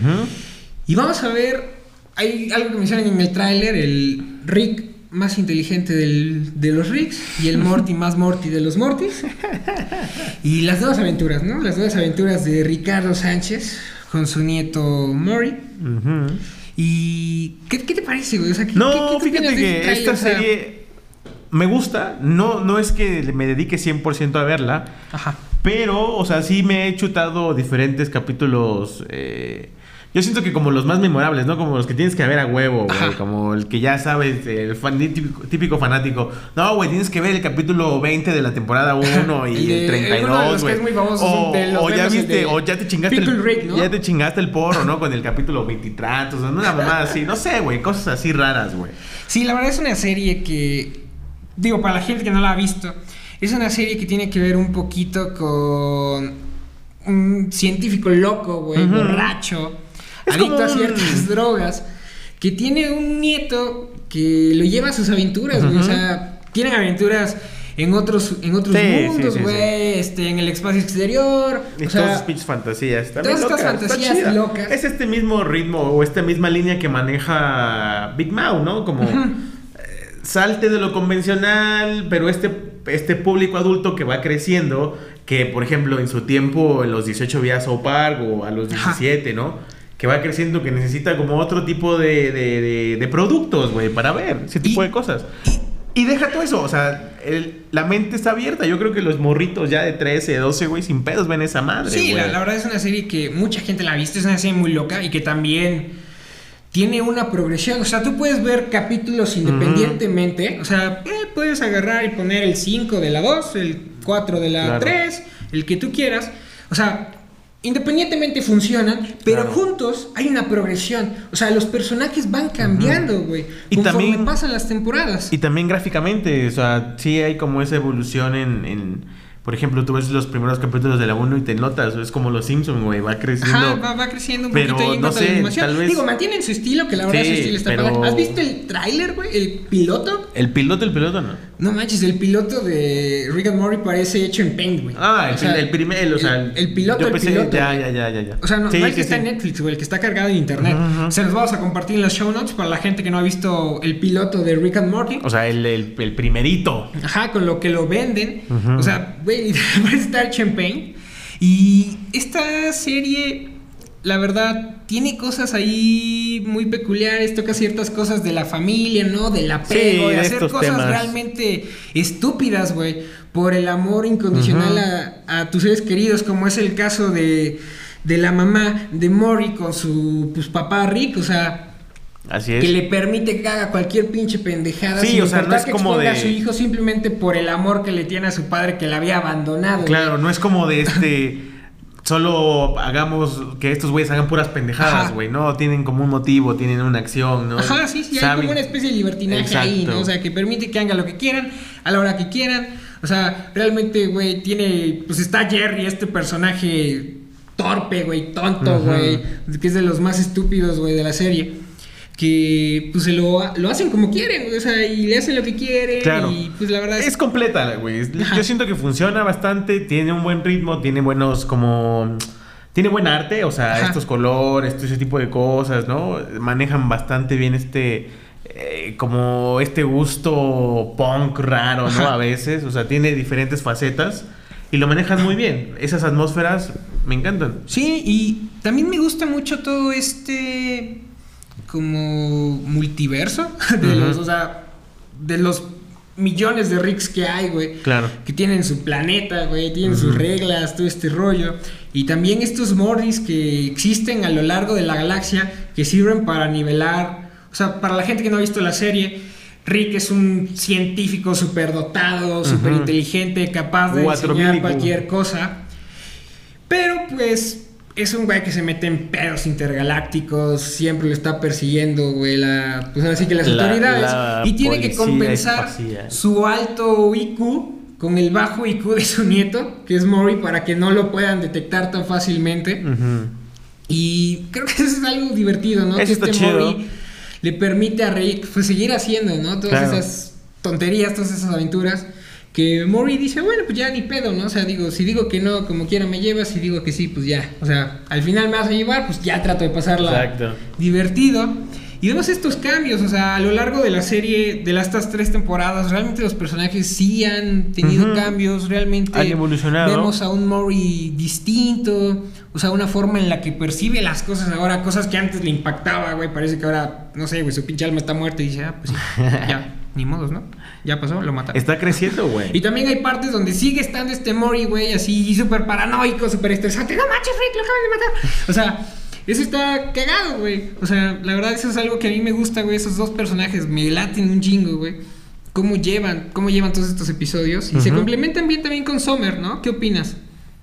A: Y vamos a ver. Hay algo que mencionan en el tráiler. El Rick más inteligente de los Ricks. Y el Morty más Morty de los Mortys. Y las nuevas aventuras, ¿no? Las nuevas aventuras de Ricardo Sánchez con su nieto Maury. ¿Y qué te parece, güey? O sea,
B: fíjate que esta serie... me gusta, no es que me dedique 100% a verla, pero, o sea, sí me he chutado diferentes capítulos. Yo siento que como los más memorables, ¿no? Como los que tienes que ver a huevo, güey. Como el que ya sabes, el típico fanático. No, güey, tienes que ver el capítulo 20 de la temporada 1 y el 32, güey. O ya viste, o ya te chingaste
A: Rick, ¿no?
B: Ya te chingaste el porro, ¿no? Con el capítulo 20 y tantos, ¿no? Una mamada así, no sé, güey, cosas así raras, güey.
A: Sí, la verdad es una serie que, digo, para la gente que no la ha visto, es una serie que tiene que ver un poquito con un científico loco, güey, borracho, adicto a ciertas drogas, que tiene un nieto que lo lleva a sus aventuras, güey. O sea, tienen aventuras en otros mundos, güey, en el espacio exterior.
B: Y todas sus pinches fantasías.
A: Todas estas fantasías locas.
B: Es este mismo ritmo o esta misma línea que maneja Big Mouth, ¿no? Como salte de lo convencional, pero este público adulto que va creciendo, que por ejemplo en su tiempo, en los 18 veía South Park o a los 17, ¿no? que va creciendo, que necesita como otro tipo de productos, güey, para ver ese tipo de cosas. Y deja todo eso, o sea, la mente está abierta. Yo creo que los morritos ya de 13, 12, güey, sin pedos ven esa madre,
A: sí,
B: güey.
A: La verdad es una serie que mucha gente la ha visto, es una serie muy loca y que también tiene una progresión. O sea, tú puedes ver capítulos independientemente. O sea, puedes agarrar y poner el 5 de la 2, el 4 de la 3, el que tú quieras. O sea, independientemente funcionan, pero juntos hay una progresión. O sea, los personajes van cambiando, güey, conforme también pasan las temporadas.
B: Y también gráficamente, o sea, sí hay como esa evolución por ejemplo, tú ves los primeros capítulos de la 1 y te notas, es como los Simpsons, güey, va creciendo.
A: Ajá, va creciendo un poquito ahí en cuanto a la animación. Tal vez... Digo, mantienen su estilo, que la verdad su estilo está padre. ¿Has visto el tráiler, güey? ¿El piloto?
B: El piloto no.
A: No manches, el piloto de Rick and Morty parece hecho en Paint, güey.
B: Ah, el primer, o sea...
A: El piloto,
B: yo pensé,
A: piloto.
B: Ya.
A: O sea, no el que está en Netflix, güey, el que está cargado en internet. Se los vamos a compartir en los show notes para la gente que no ha visto el piloto de Rick and Morty.
B: O sea, el primerito.
A: Ajá, con lo que lo venden. O sea, güey, parece estar hecho en Paint. Y esta serie, la verdad, tiene cosas ahí muy peculiares, toca ciertas cosas de la familia, ¿no? Del apego, de hacer cosas temas realmente estúpidas, güey, por el amor incondicional a tus seres queridos, como es el caso de la mamá de Morty con su papá Rick, o sea...
B: Así es.
A: Que le permite que haga cualquier pinche pendejada.
B: Sí, o sea, no es
A: que
B: como de...
A: a su hijo simplemente por el amor que le tiene a su padre que la había abandonado.
B: Claro, no es como de solo hagamos que estos güeyes hagan puras pendejadas, güey, ¿no? Tienen como un motivo, tienen una acción, ¿no?
A: Ajá, sí, hay como una especie de libertinaje ahí, ¿no? O sea, que permite que hagan lo que quieran, a la hora que quieran. O sea, realmente, güey, pues está Jerry, este personaje torpe, güey, tonto, güey, que es de los más estúpidos, güey, de la serie. Que pues lo hacen como quieren, güey, o sea, y le hacen lo que quieren.
B: Claro.
A: Y pues la verdad
B: es completa, güey. Yo siento que funciona bastante, tiene un buen ritmo, tiene tiene buen arte, o sea, estos colores, ese tipo de cosas, ¿no? Manejan bastante bien como este gusto punk raro, ¿no? A veces, o sea, tiene diferentes facetas y lo manejan muy bien. Esas atmósferas me encantan.
A: Sí, y también me gusta mucho todo como multiverso de los millones de Ricks que hay, güey.
B: Claro.
A: Que tienen su planeta, güey, tienen sus reglas, todo este rollo. Y también estos Mortys que existen a lo largo de la galaxia que sirven para nivelar. O sea, para la gente que no ha visto la serie, Rick es un científico superdotado, súper inteligente, capaz de enseñar cualquier cosa. Pero pues... es un güey que se mete en pedos intergalácticos, siempre lo está persiguiendo, güey, pues ahora sí que las autoridades, y tiene que compensar su alto IQ con el bajo IQ de su nieto, que es Morty, para que no lo puedan detectar tan fácilmente. Y creo que eso es algo divertido, ¿no?
B: Eso
A: que
B: está chido.
A: Morty le permite a Rick pues seguir haciendo, ¿no? Todas esas tonterías, todas esas aventuras. Que Morty dice, bueno, pues ya ni pedo, ¿no? O sea, si digo que no, como quiera me llevas, si digo que sí, pues ya. O sea, al final me vas a llevar, pues ya trato de pasarla divertido. Y vemos estos cambios, o sea, a lo largo de la serie, de estas 3 temporadas, realmente los personajes sí han tenido cambios, realmente
B: han evolucionado.
A: Vemos a un Morty distinto, o sea, una forma en la que percibe las cosas ahora, cosas que antes le impactaba, güey, parece que ahora, no sé, güey, su pinche alma está muerta y dice, pues sí, ya. Ni modos, ¿no? Ya pasó, lo mataron.
B: Está creciendo, güey.
A: Y también hay partes donde sigue estando este Morty, güey, así súper paranoico, súper estresante. No manches, Rick, lo acaban de matar. O sea, eso está cagado, güey. O sea, la verdad, eso es algo que a mí me gusta, güey. Esos dos personajes me laten un chingo, güey. Cómo llevan todos estos episodios. Y se complementan bien también con Summer, ¿no? ¿Qué opinas?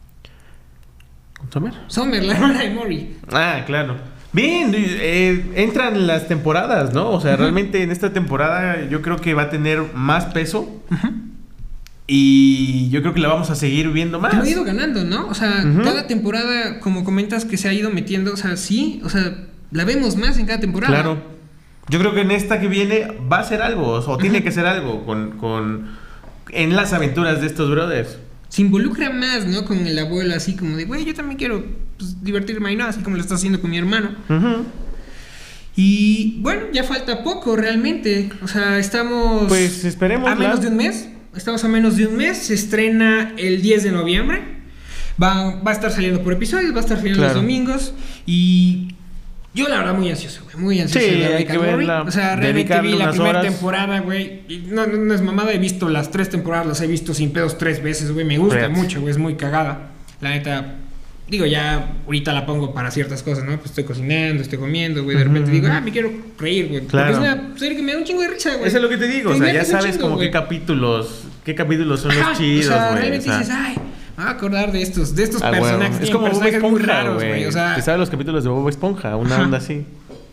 B: ¿Con Summer?
A: Summer, la hermana de Morty.
B: Ah, claro. Bien, entran las temporadas, ¿no? O sea, realmente en esta temporada yo creo que va a tener más peso. Y yo creo que la vamos a seguir viendo más.
A: Lo ha ido ganando, ¿no? O sea, cada temporada, como comentas, que se ha ido metiendo, o sea, sí, o sea, la vemos más en cada temporada.
B: Claro. Yo creo que en esta que viene va a ser algo, o tiene que ser algo en las aventuras de estos brothers.
A: Se involucra más, ¿no? Con el abuelo, así como de, güey, yo también quiero divertirme, ¿no? Así como lo está haciendo con mi hermano. Y bueno, ya falta poco realmente. O sea, estamos...
B: pues esperemos.
A: A menos de un mes. Estamos a menos de un mes. Se estrena el 10 de noviembre. Va a estar saliendo por episodios, va a estar saliendo los domingos. Y Yo la verdad muy ansioso, güey, muy ansioso.
B: Sí,
A: de ver
B: hay
A: Rick
B: que
A: and Morty.
B: verla,
A: O sea, realmente
B: dedicarle
A: vi la
B: unas
A: primera
B: horas.
A: temporada, güey. Y no es mamada, he visto las 3 temporadas, las he visto sin pedos 3 veces, güey. Me gusta
B: Fíjate.
A: mucho, güey, es muy cagada. La neta, digo, ya ahorita la pongo para ciertas cosas, ¿no? Pues estoy cocinando, estoy comiendo, güey. De repente digo, me quiero reír, güey.
B: Claro.
A: Porque es una serie que me da un chingo de risa, güey.
B: Eso es lo que te digo, o
A: Te
B: sea, ya
A: diviertes un
B: sabes
A: chingo,
B: como
A: güey.
B: qué capítulos son
A: Ajá,
B: los chidos,
A: o sea,
B: güey.
A: realmente
B: o sea,
A: dices, ay, me voy a acordar de estos
B: ah, huevo.
A: personajes.
B: Es
A: Tienen
B: como Bob
A: personajes muy
B: Esponja,
A: raros, güey. O sea,
B: Te sabes los capítulos de Bob Esponja, una
A: Ajá.
B: onda así.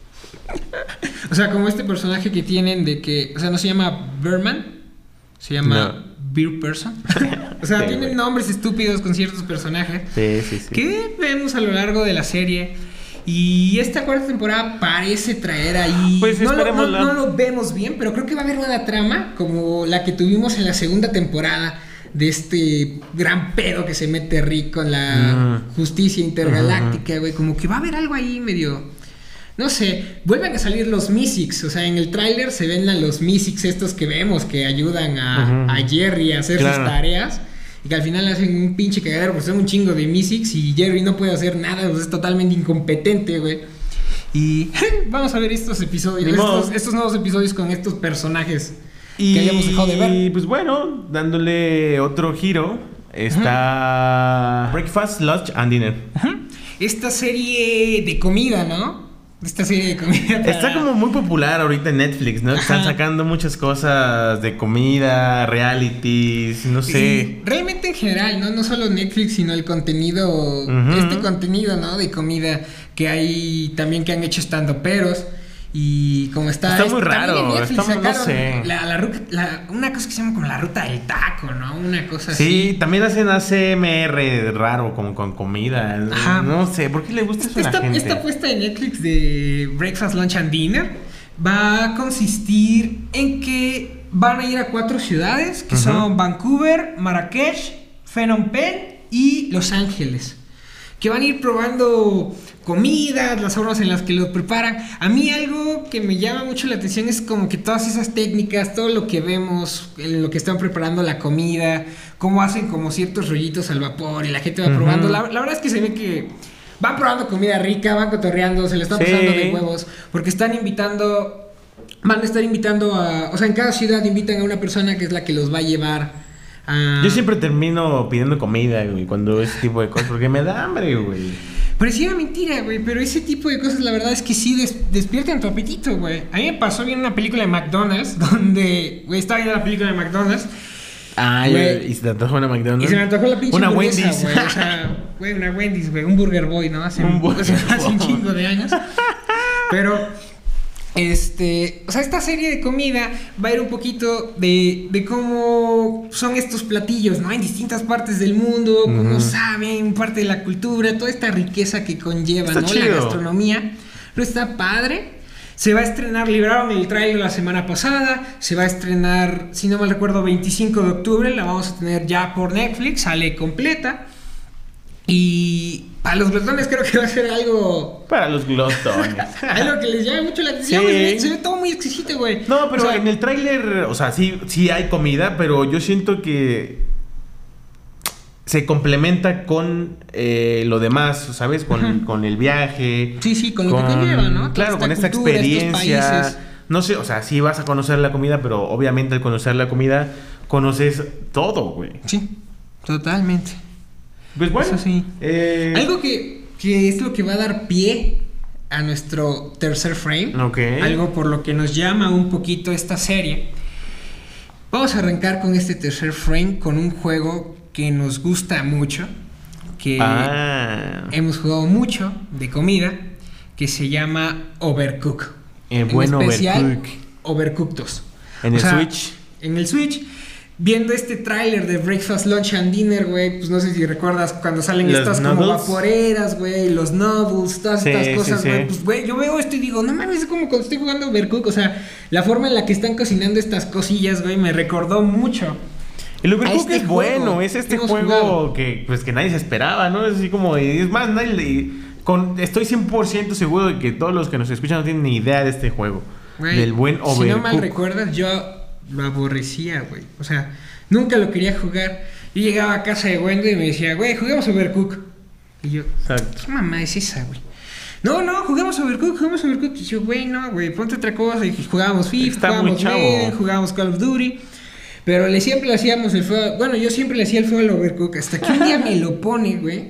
A: O sea, como este personaje que tienen de que, o sea, no se llama Birdman, se llama Beer Person. O sea,
B: Sí,
A: tienen
B: güey.
A: nombres estúpidos con ciertos personajes
B: Sí.
A: que vemos a lo largo de la serie. Y esta cuarta temporada parece traer ahí.
B: Pues esperémosla.
A: No lo vemos bien, pero creo que va a haber una trama como la que tuvimos en la segunda temporada. De este gran pedo que se mete Rick con la justicia intergaláctica, güey. Como que va a haber algo ahí medio. No sé, vuelven a salir los Mysics. O sea, en el tráiler se ven los Mysics estos que vemos que ayudan a Jerry a hacer sus tareas. Y que al final hacen un pinche cagadero porque son un chingo de Mysics y Jerry no puede hacer nada, pues es totalmente incompetente, güey. Y vamos a ver estos episodios, estos nuevos episodios con estos personajes que hayamos dejado de ver.
B: Y pues bueno, dándole otro giro, está Breakfast, Lunch and Dinner.
A: Esta serie de comida, ¿no? Esta serie de comida.
B: Está como muy popular ahorita en Netflix, ¿no? Están sacando muchas cosas de comida, realities, no sé.
A: Y realmente en general, ¿no? No solo Netflix, sino el contenido, este contenido, ¿no? De comida que hay también que han hecho estandoperos. Y como está
B: muy raro,
A: también en Netflix
B: no
A: sacaron
B: sé.
A: una cosa que se llama como la ruta del taco, ¿no? Una cosa
B: Sí,
A: así.
B: también hacen ACMR raro, como con comida.
A: Ajá.
B: No sé, ¿por qué le gusta eso a la gente?
A: Esta apuesta de Netflix de Breakfast, Lunch and Dinner va a consistir en que van a ir a 4 ciudades que son Vancouver, Marrakech, Phnom Penh y Los Ángeles. Que van a ir probando comidas, las formas en las que lo preparan. A mí algo que me llama mucho la atención es como que todas esas técnicas, todo lo que vemos en lo que están preparando la comida, cómo hacen como ciertos rollitos al vapor y la gente va probando. La verdad es que se ve que van probando comida rica, van cotorreando, se le están pasando de huevos, porque van a estar invitando a, o sea, en cada ciudad invitan a una persona que es la que los va a llevar.
B: Yo siempre termino pidiendo comida, güey, cuando ese tipo de cosas, porque me da hambre, güey.
A: Pareciera mentira, güey, pero ese tipo de cosas la verdad es que sí despiertan tu apetito, güey. A mí me pasó viendo una película de McDonald's, donde, güey, estaba viendo la película de McDonald's.
B: Ah,
A: güey,
B: y se te antojó una McDonald's.
A: Y se me antojó la pinche
B: una
A: hamburguesa,
B: Wendy's.
A: güey. O sea, güey, una Wendy's, güey, un Burger Boy, ¿no? Hace un chingo de años. Pero... o sea, esta serie de comida va a ir un poquito de cómo son estos platillos, ¿no? En distintas partes del mundo, cómo saben, parte de la cultura, toda esta riqueza que conlleva,
B: Está
A: ¿no?
B: chido.
A: La gastronomía. Pero está padre. Se va a estrenar, liberaron el trailer la semana pasada. Se va a estrenar, si no mal recuerdo, 25 de octubre. La vamos a tener ya por Netflix, sale completa. Y para los glotones creo que va a ser algo...
B: Para los glotones.
A: algo que les llame mucho la atención.
B: Sí.
A: Se ve todo muy exquisito, güey.
B: No, pero
A: O sea,
B: en el tráiler, o sea, sí hay comida, pero yo siento que se complementa con lo demás, ¿sabes? Con el viaje.
A: Sí, con lo que conlleva, ¿no?
B: Claro, con esta
A: cultura, estos
B: experiencia.
A: países.
B: No sé, o sea, sí vas a conocer la comida, pero obviamente al conocer la comida, conoces todo, güey.
A: Sí, totalmente.
B: Pues bueno.
A: Eso sí.
B: Algo
A: Algo que es lo que va a dar pie a nuestro tercer frame.
B: Ok.
A: Algo por lo que nos llama un poquito esta serie. Vamos a arrancar con este tercer frame con un juego que nos gusta mucho. Que hemos jugado mucho de comida. Que se llama Overcooked.
B: Bueno,
A: especial,
B: Overcooked.
A: Overcooked 2.
B: En el Switch.
A: En el Switch. Viendo este tráiler de Breakfast, Lunch and Dinner, güey, pues no sé si recuerdas cuando salen
B: Los
A: estas
B: noodles.
A: como vaporeras, güey, los noodles, todas estas cosas, güey.
B: Sí.
A: Pues, güey, yo veo esto y digo, no mames, es como cuando estoy jugando Overcooked, o sea, la forma en la que están cocinando estas cosillas, güey, me recordó mucho.
B: El Overcooked
A: este
B: es
A: juego
B: bueno, es este
A: que hemos
B: juego
A: jugado.
B: que pues que nadie se esperaba, ¿no? Es así como, es más, estoy 100% seguro de que todos los que nos escuchan no tienen ni idea de este juego.
A: Güey,
B: Del buen Overcooked.
A: si no mal recuerdas, yo lo aborrecía, güey. O sea, nunca lo quería jugar. Yo llegaba a casa de Wendo y me decía, güey, juguemos Overcooked. Y yo,
B: Exacto.
A: ¿qué mamá es esa, güey? No, jugamos Overcooked. Y yo, güey, no, güey, ponte otra cosa. Y jugábamos FIFA, jugábamos Madden, jugábamos Call of Duty. Pero siempre le hacíamos el fuego. Bueno, yo siempre le hacía el fuego al Overcooked. Hasta que un día me lo pone, güey.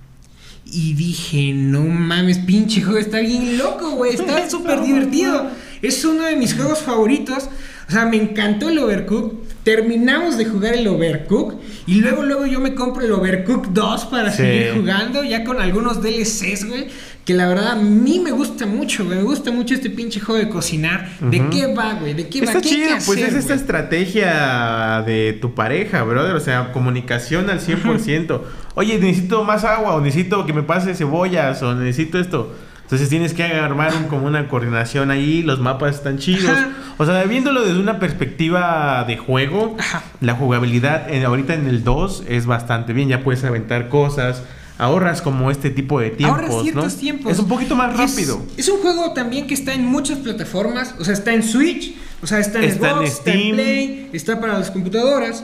A: Y dije, no mames, pinche juego, está bien loco, güey. Está súper divertido. Es uno de mis juegos favoritos. O sea, me encantó el Overcooked. Terminamos de jugar el Overcooked. Y luego yo me compro el Overcooked 2 para seguir jugando. Ya con algunos DLCs, güey. Que la verdad a mí me gusta mucho, güey. Me gusta mucho este pinche juego de cocinar. ¿De qué va, güey? ¿De qué va?
B: Está
A: ¿Qué
B: chido,
A: hay que hacer,
B: pues es esta
A: güey?
B: estrategia de tu pareja, brother. O sea, comunicación al 100%. Oye, necesito más agua, o necesito que me pase cebollas, o necesito esto. Entonces tienes que armar como una coordinación ahí. Los mapas están chidos.
A: Ajá.
B: O sea, viéndolo desde una perspectiva de juego, la jugabilidad ahorita en el 2 es bastante bien. Ya puedes aventar cosas. Ahorras como este tipo de tiempos,
A: ahorras ciertos tiempos.
B: Es un poquito más rápido.
A: Es un juego también que está en muchas plataformas. O sea, está en Switch, o sea, está en Xbox, está en Play, está para las computadoras.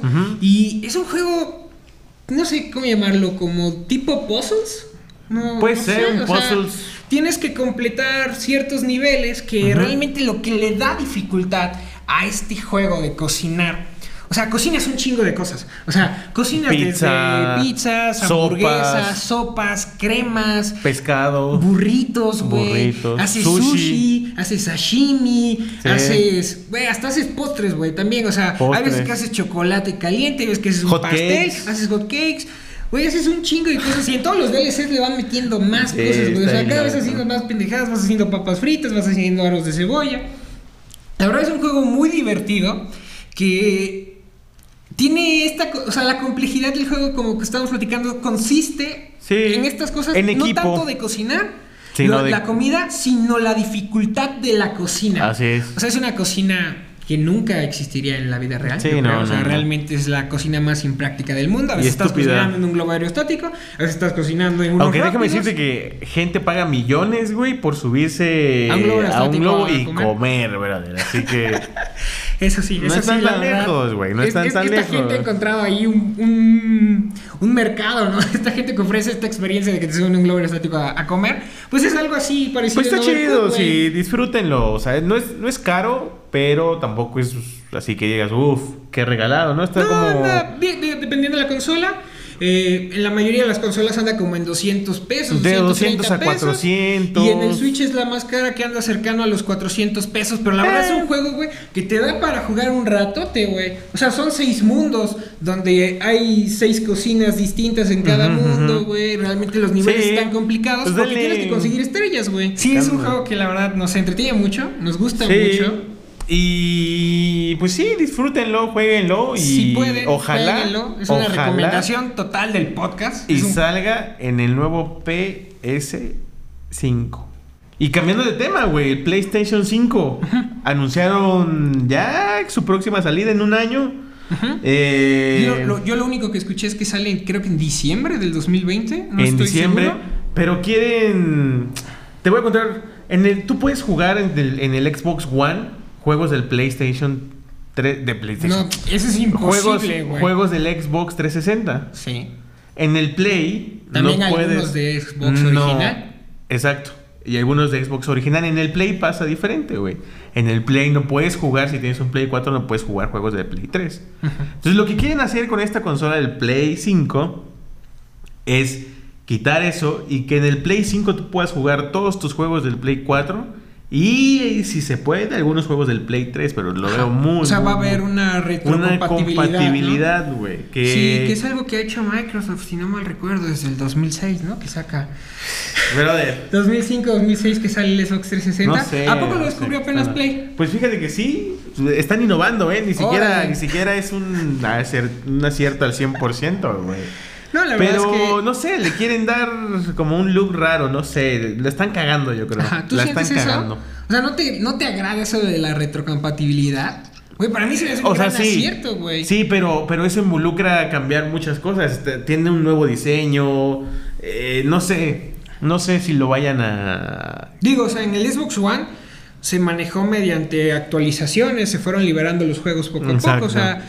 A: Y es un juego, no sé cómo llamarlo, como tipo puzzles. No,
B: puede
A: no
B: ser
A: sé,
B: un puzzles.
A: Tienes que completar ciertos niveles que realmente lo que le da dificultad a este juego de cocinar. O sea, cocinas un chingo de cosas. O sea, cocinas desde pizzas, hamburguesas, sopas, cremas,
B: pescado,
A: burritos, güey. Haces sushi, haces sashimi, haces, güey, hasta haces postres, güey, también. O sea, hay veces que haces chocolate caliente, hay veces que haces un pastel, haces hot cakes. Güey, haces un chingo de cosas y en todos los DLCs le van metiendo más cosas, güey. O sea, cada vez haciendo más pendejadas, vas haciendo papas fritas, vas haciendo aros de cebolla. La verdad es un juego muy divertido que tiene o sea, la complejidad del juego, como que estamos platicando, consiste en estas cosas,
B: en
A: no
B: equipo.
A: Tanto de cocinar la comida, sino la dificultad de la cocina.
B: Así es.
A: O sea, es una cocina que nunca existiría en la vida real.
B: Sí,
A: realmente es la cocina más impráctica del mundo. A veces estás cocinando en un globo aerostático, a veces estás cocinando en unos
B: Aunque
A: rápidos.
B: déjame decirte que gente paga millones, güey, por subirse a un globo y comer, brother. Así que
A: eso sí,
B: no están tan lejos, güey. No están tan lejos.
A: Esta gente ha encontrado ahí un mercado, ¿no? Esta gente que ofrece esta experiencia de que te suben un globo aerostático a comer. Pues es algo así parecido.
B: Pues está chido, sí, disfrútenlo. O sea, no es caro, pero tampoco es así que digas, qué regalado, ¿no? Está como...
A: dependiendo de la consola. En la mayoría de las consolas anda como en 200 pesos.
B: De 200 a 400.
A: Y en el Switch es la más cara, que anda cercano a los 400 pesos. Pero la verdad es un juego, güey, que te da para jugar un ratote, güey. O sea, son 6 mundos donde hay 6 cocinas distintas en cada mundo, güey. Realmente los niveles están complicados pues porque tienes que conseguir estrellas, güey. Sí, es un juego que la verdad nos entretiene mucho, nos gusta mucho.
B: Y pues sí, disfrútenlo, jueguenlo y
A: si pueden,
B: ojalá
A: jueguenlo. Es una recomendación total del podcast.
B: Y salga en el nuevo PS5. Y cambiando de tema, güey, el PlayStation 5 anunciaron ya su próxima salida en un año.
A: Yo lo único que escuché es que sale, creo que en diciembre del 2020. No
B: en
A: estoy
B: diciembre,
A: seguro.
B: Pero quieren... Te voy a contar, tú puedes jugar en el Xbox One juegos del PlayStation 3, de PlayStation.
A: No, eso es imposible, güey.
B: Juegos del Xbox 360.
A: Sí.
B: En el Play
A: también no hay algunos de Xbox original.
B: Exacto. Y algunos de Xbox original. En el Play pasa diferente, güey. En el Play no puedes jugar, si tienes un Play 4 no puedes jugar juegos de Play 3. Entonces lo que quieren hacer con esta consola del Play 5 es quitar eso y que en el Play 5 tú puedas jugar todos tus juegos del Play 4 y si se puede algunos juegos del Play 3, pero lo veo muy...
A: O sea, va a haber una retrocompatibilidad,
B: güey.
A: ¿no? Sí, que es algo que ha hecho Microsoft, si no mal recuerdo, desde el 2006, ¿no? Que saca...
B: Brother.
A: 2005-2006 que sale el Xbox 360.
B: No sé,
A: ¿A poco lo descubrió apenas Play?
B: Pues fíjate que sí, están innovando, ¿eh? Ni siquiera es un acierto al 100%, güey.
A: No, la verdad es que...
B: no sé, le quieren dar como un look raro, no sé, la están cagando, yo creo.
A: Ajá, ¿tú sientes eso? Cagando. O sea, ¿no te agrada eso de la retrocompatibilidad? Güey, para mí se me hace un gran acierto, güey.
B: Sí, pero eso involucra cambiar muchas cosas. Tiene un nuevo diseño, no sé si lo vayan a...
A: Digo, o sea, en el Xbox One se manejó mediante actualizaciones, se fueron liberando los juegos poco a poco, o sea...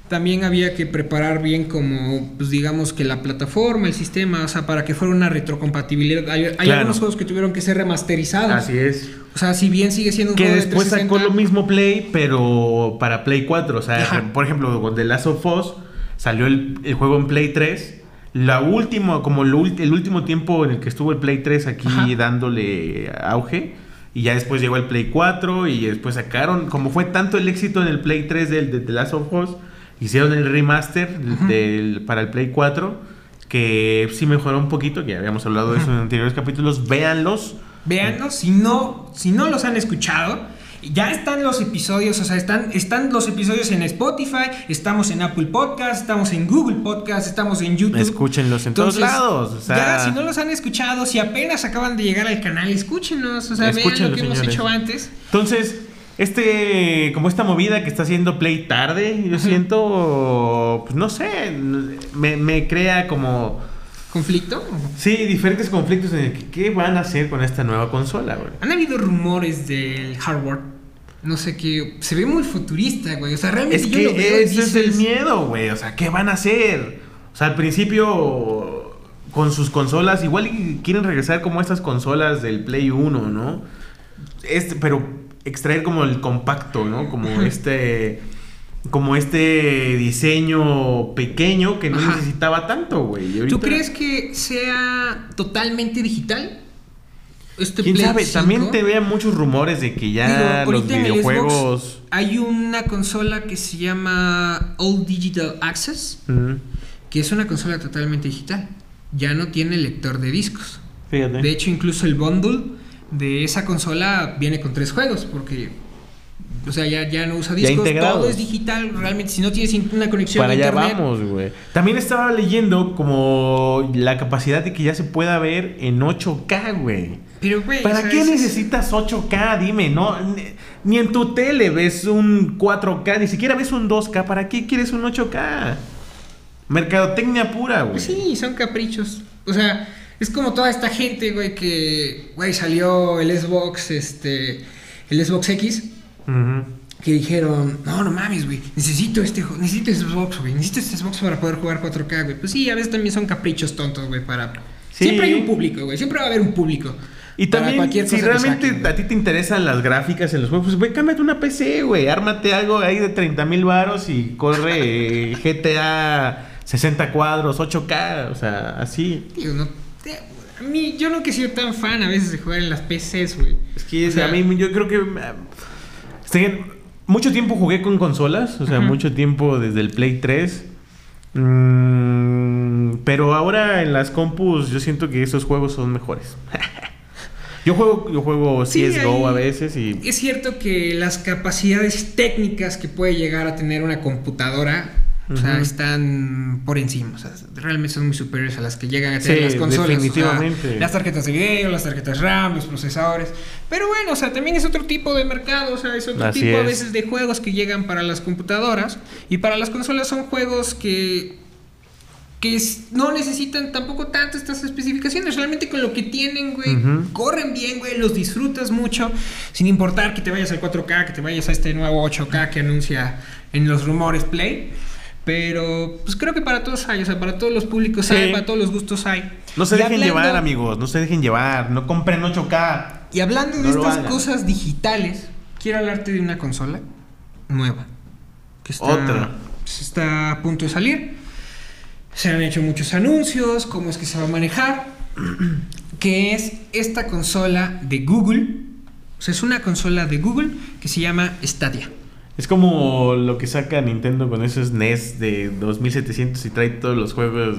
A: también había que preparar bien como, pues digamos que la plataforma, el sistema, o sea, para que fuera una retrocompatibilidad. Hay algunos juegos que tuvieron que ser remasterizados.
B: Así es.
A: O sea, si bien sigue siendo un
B: que
A: juego de
B: después
A: 360,
B: sacó lo mismo Play, pero para Play 4. O sea, por ejemplo, con The Last of Us salió el juego en Play 3. El último tiempo en el que estuvo el Play 3 aquí dándole auge. Y ya después llegó el Play 4 y después sacaron, como fue tanto el éxito en el Play 3 de The Last of Us, hicieron el remaster para el Play 4, que sí mejoró un poquito, que ya habíamos hablado de eso en anteriores capítulos. Véanlos, si no los han escuchado, ya están los episodios, o sea, están los episodios en Spotify, estamos en Apple Podcast, estamos en Google Podcast, estamos en YouTube. Escúchenlos en todos lados. O sea,
A: ya, si no los han escuchado, si apenas acaban de llegar al canal, escúchenos, o sea, vean lo que hemos hecho antes.
B: Entonces, como esta movida que está haciendo Play tarde, yo siento, pues no sé, me crea como...
A: ¿Conflicto?
B: Sí, diferentes conflictos en el que qué van a hacer con esta nueva consola, güey.
A: Han habido rumores del hardware. No sé qué. Se ve muy futurista, güey. O sea, realmente
B: es
A: yo
B: que
A: lo veo.
B: Ese es el miedo, güey. O sea, ¿qué van a hacer? O sea, al principio, con sus consolas, igual quieren regresar como estas consolas del Play 1, ¿no? Pero extraer como el compacto, ¿no? Como este diseño pequeño que no necesitaba tanto, güey.
A: ¿Tú crees que sea totalmente digital?
B: ¿Quién
A: Play
B: sabe?
A: 5?
B: También te vean muchos rumores de que ya los videojuegos...
A: Xbox hay una consola que se llama All Digital Access, que es una consola totalmente digital. Ya no tiene lector de discos.
B: Fíjate.
A: De hecho, incluso el bundle de esa consola viene con 3 juegos, porque... O sea, ya no usa discos, todo es digital. Realmente, si no tienes una conexión
B: para
A: a internet...
B: allá vamos, güey. También estaba leyendo como la capacidad de que ya se pueda ver en 8K, güey.
A: Pero, güey...
B: ¿Para qué necesitas 8K? Dime, ¿no? Ni en tu tele ves un 4K, ni siquiera ves un 2K. ¿Para qué quieres un 8K? Mercadotecnia pura, güey.
A: Pues sí, son caprichos. O sea, es como toda esta gente, güey, que... Güey, salió el Xbox, el Xbox X... Que dijeron, no mames, güey, necesito este Xbox, güey, necesito este Xbox para poder jugar 4K, güey. Pues sí, a veces también son caprichos tontos, güey,
B: Sí.
A: Siempre hay un público, güey, siempre va a haber un público.
B: Y también, si realmente a ti te interesan las gráficas en los juegos, pues güey, cámbiate una PC, güey, ármate algo ahí de 30,000 varos y corre GTA 60 cuadros, 8K, o sea, así.
A: Tío, a mí, yo no que he sido tan fan a veces de jugar en las PCs, güey.
B: Es que a mí, yo creo que... mucho tiempo jugué con consolas, o sea, mucho tiempo desde el Play 3. Pero ahora en las compus yo siento que esos juegos son mejores. Yo juego CSGO a veces y...
A: Es cierto que las capacidades técnicas que puede llegar a tener una computadora, o sea, están por encima. O sea, realmente son muy superiores a las que llegan a tener las consolas.
B: Definitivamente.
A: O sea, las tarjetas de video, las tarjetas RAM, los procesadores. Pero bueno, o sea, también es otro tipo de mercado. O sea, es otro tipo a veces de juegos que llegan para las computadoras. Y para las consolas son juegos que no necesitan tampoco tanto estas especificaciones. Realmente con lo que tienen, güey, corren bien, güey, los disfrutas mucho, sin importar que te vayas al 4K, que te vayas a este nuevo 8K que anuncia en los rumores Play. Pero pues creo que para todos hay, o sea, para todos los públicos hay, para todos los gustos hay.
B: No se dejen llevar, amigos, no se dejen llevar, no compren 8K.
A: Y hablando de estas cosas digitales, quiero hablarte de una consola nueva que está a punto de salir. Se han hecho muchos anuncios, cómo es que se va a manejar, que es esta consola de Google. O sea, es una consola de Google que se llama Stadia.
B: Es como lo que saca Nintendo con esos NES de 2700 y trae todos los juegos.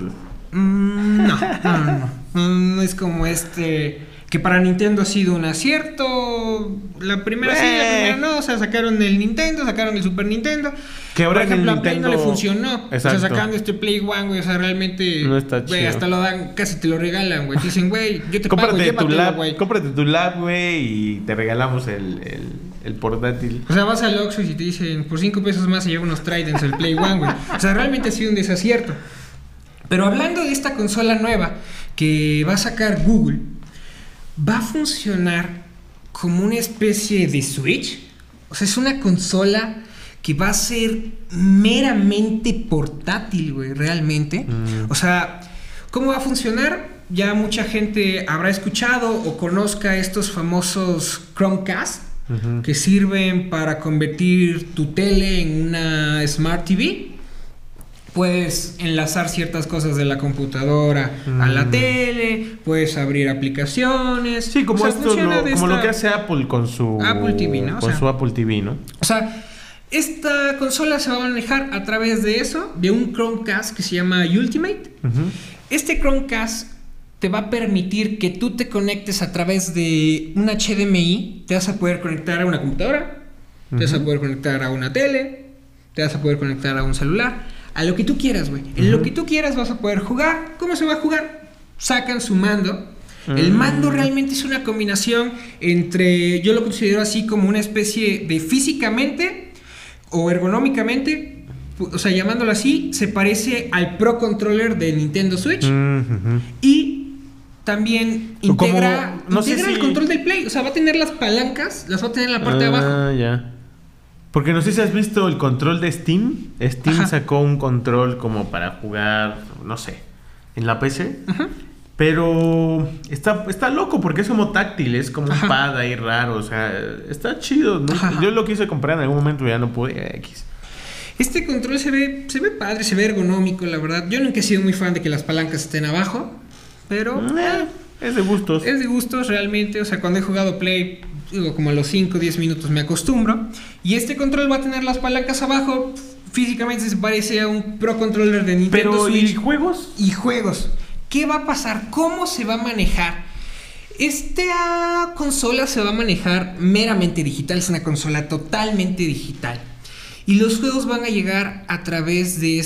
A: No es como que para Nintendo ha sido un acierto. La primera sí, la primera no. O sea, sacaron el Nintendo, sacaron el Super Nintendo.
B: Que ahora
A: por ejemplo, a Play
B: Nintendo...
A: no le funcionó.
B: Exacto.
A: O sea, sacando este Play One, güey. O sea, realmente,
B: no está
A: güey,
B: chido.
A: hasta lo dan, casi te lo regalan, güey. Te dicen, güey, yo te pago, llévatelo, güey.
B: Cómprate tu lab, güey, y te regalamos el portátil.
A: O sea, vas al Oxxo y te dicen, por 5 pesos más se lleva unos Tridents el Play One, güey. O sea, realmente ha sido un desacierto. Pero hablando de esta consola nueva que va a sacar Google, va a funcionar como una especie de Switch. O sea, es una consola que va a ser meramente portátil, güey, realmente. O sea, ¿cómo va a funcionar? Ya mucha gente habrá escuchado o conozca estos famosos Chromecast, que sirven para convertir tu tele en una Smart TV. Puedes enlazar ciertas cosas de la computadora a la tele, puedes abrir aplicaciones.
B: Sí, como,
A: o sea,
B: esto como lo que hace Apple con su
A: Apple TV, ¿no?
B: Con su Apple TV, ¿no?
A: O sea, esta consola se va a manejar a través de eso, de un Chromecast que se llama Ultimate. Este Chromecast te va a permitir que tú te conectes a través de un HDMI. Te vas a poder conectar a una computadora, te vas a poder conectar a una tele, te vas a poder conectar a un celular. A lo que tú quieras, güey. En lo que tú quieras vas a poder jugar. ¿Cómo se va a jugar? Sacan su mando. El mando realmente es una combinación entre... Yo lo considero así como una especie de físicamente o ergonómicamente, o sea, llamándolo así, se parece al Pro Controller de Nintendo Switch. Y también integra el control del Play. O sea, va a tener las palancas, las va a tener en la parte de abajo.
B: Ya. Porque no sé si has visto el control de Steam. Steam sacó un control como para jugar, no sé, en la PC. Pero está loco porque es como táctil, es como un pad ahí raro. O sea, está chido, ¿no? Yo lo quise comprar en algún momento, ya no pude.
A: Este control se ve padre, se ve ergonómico, la verdad. Yo nunca he sido muy fan de que las palancas estén abajo, pero...
B: es de gustos.
A: Es de gustos realmente. O sea, cuando he jugado Play, digo, como a los 5 o 10 minutos me acostumbro. Y este control va a tener las palancas abajo. Físicamente se parece a un Pro Controller de Nintendo Switch.
B: ¿Y juegos?
A: Y juegos. ¿Qué va a pasar? ¿Cómo se va a manejar? Esta consola se va a manejar meramente digital. Es una consola totalmente digital. Y los juegos van a llegar a través de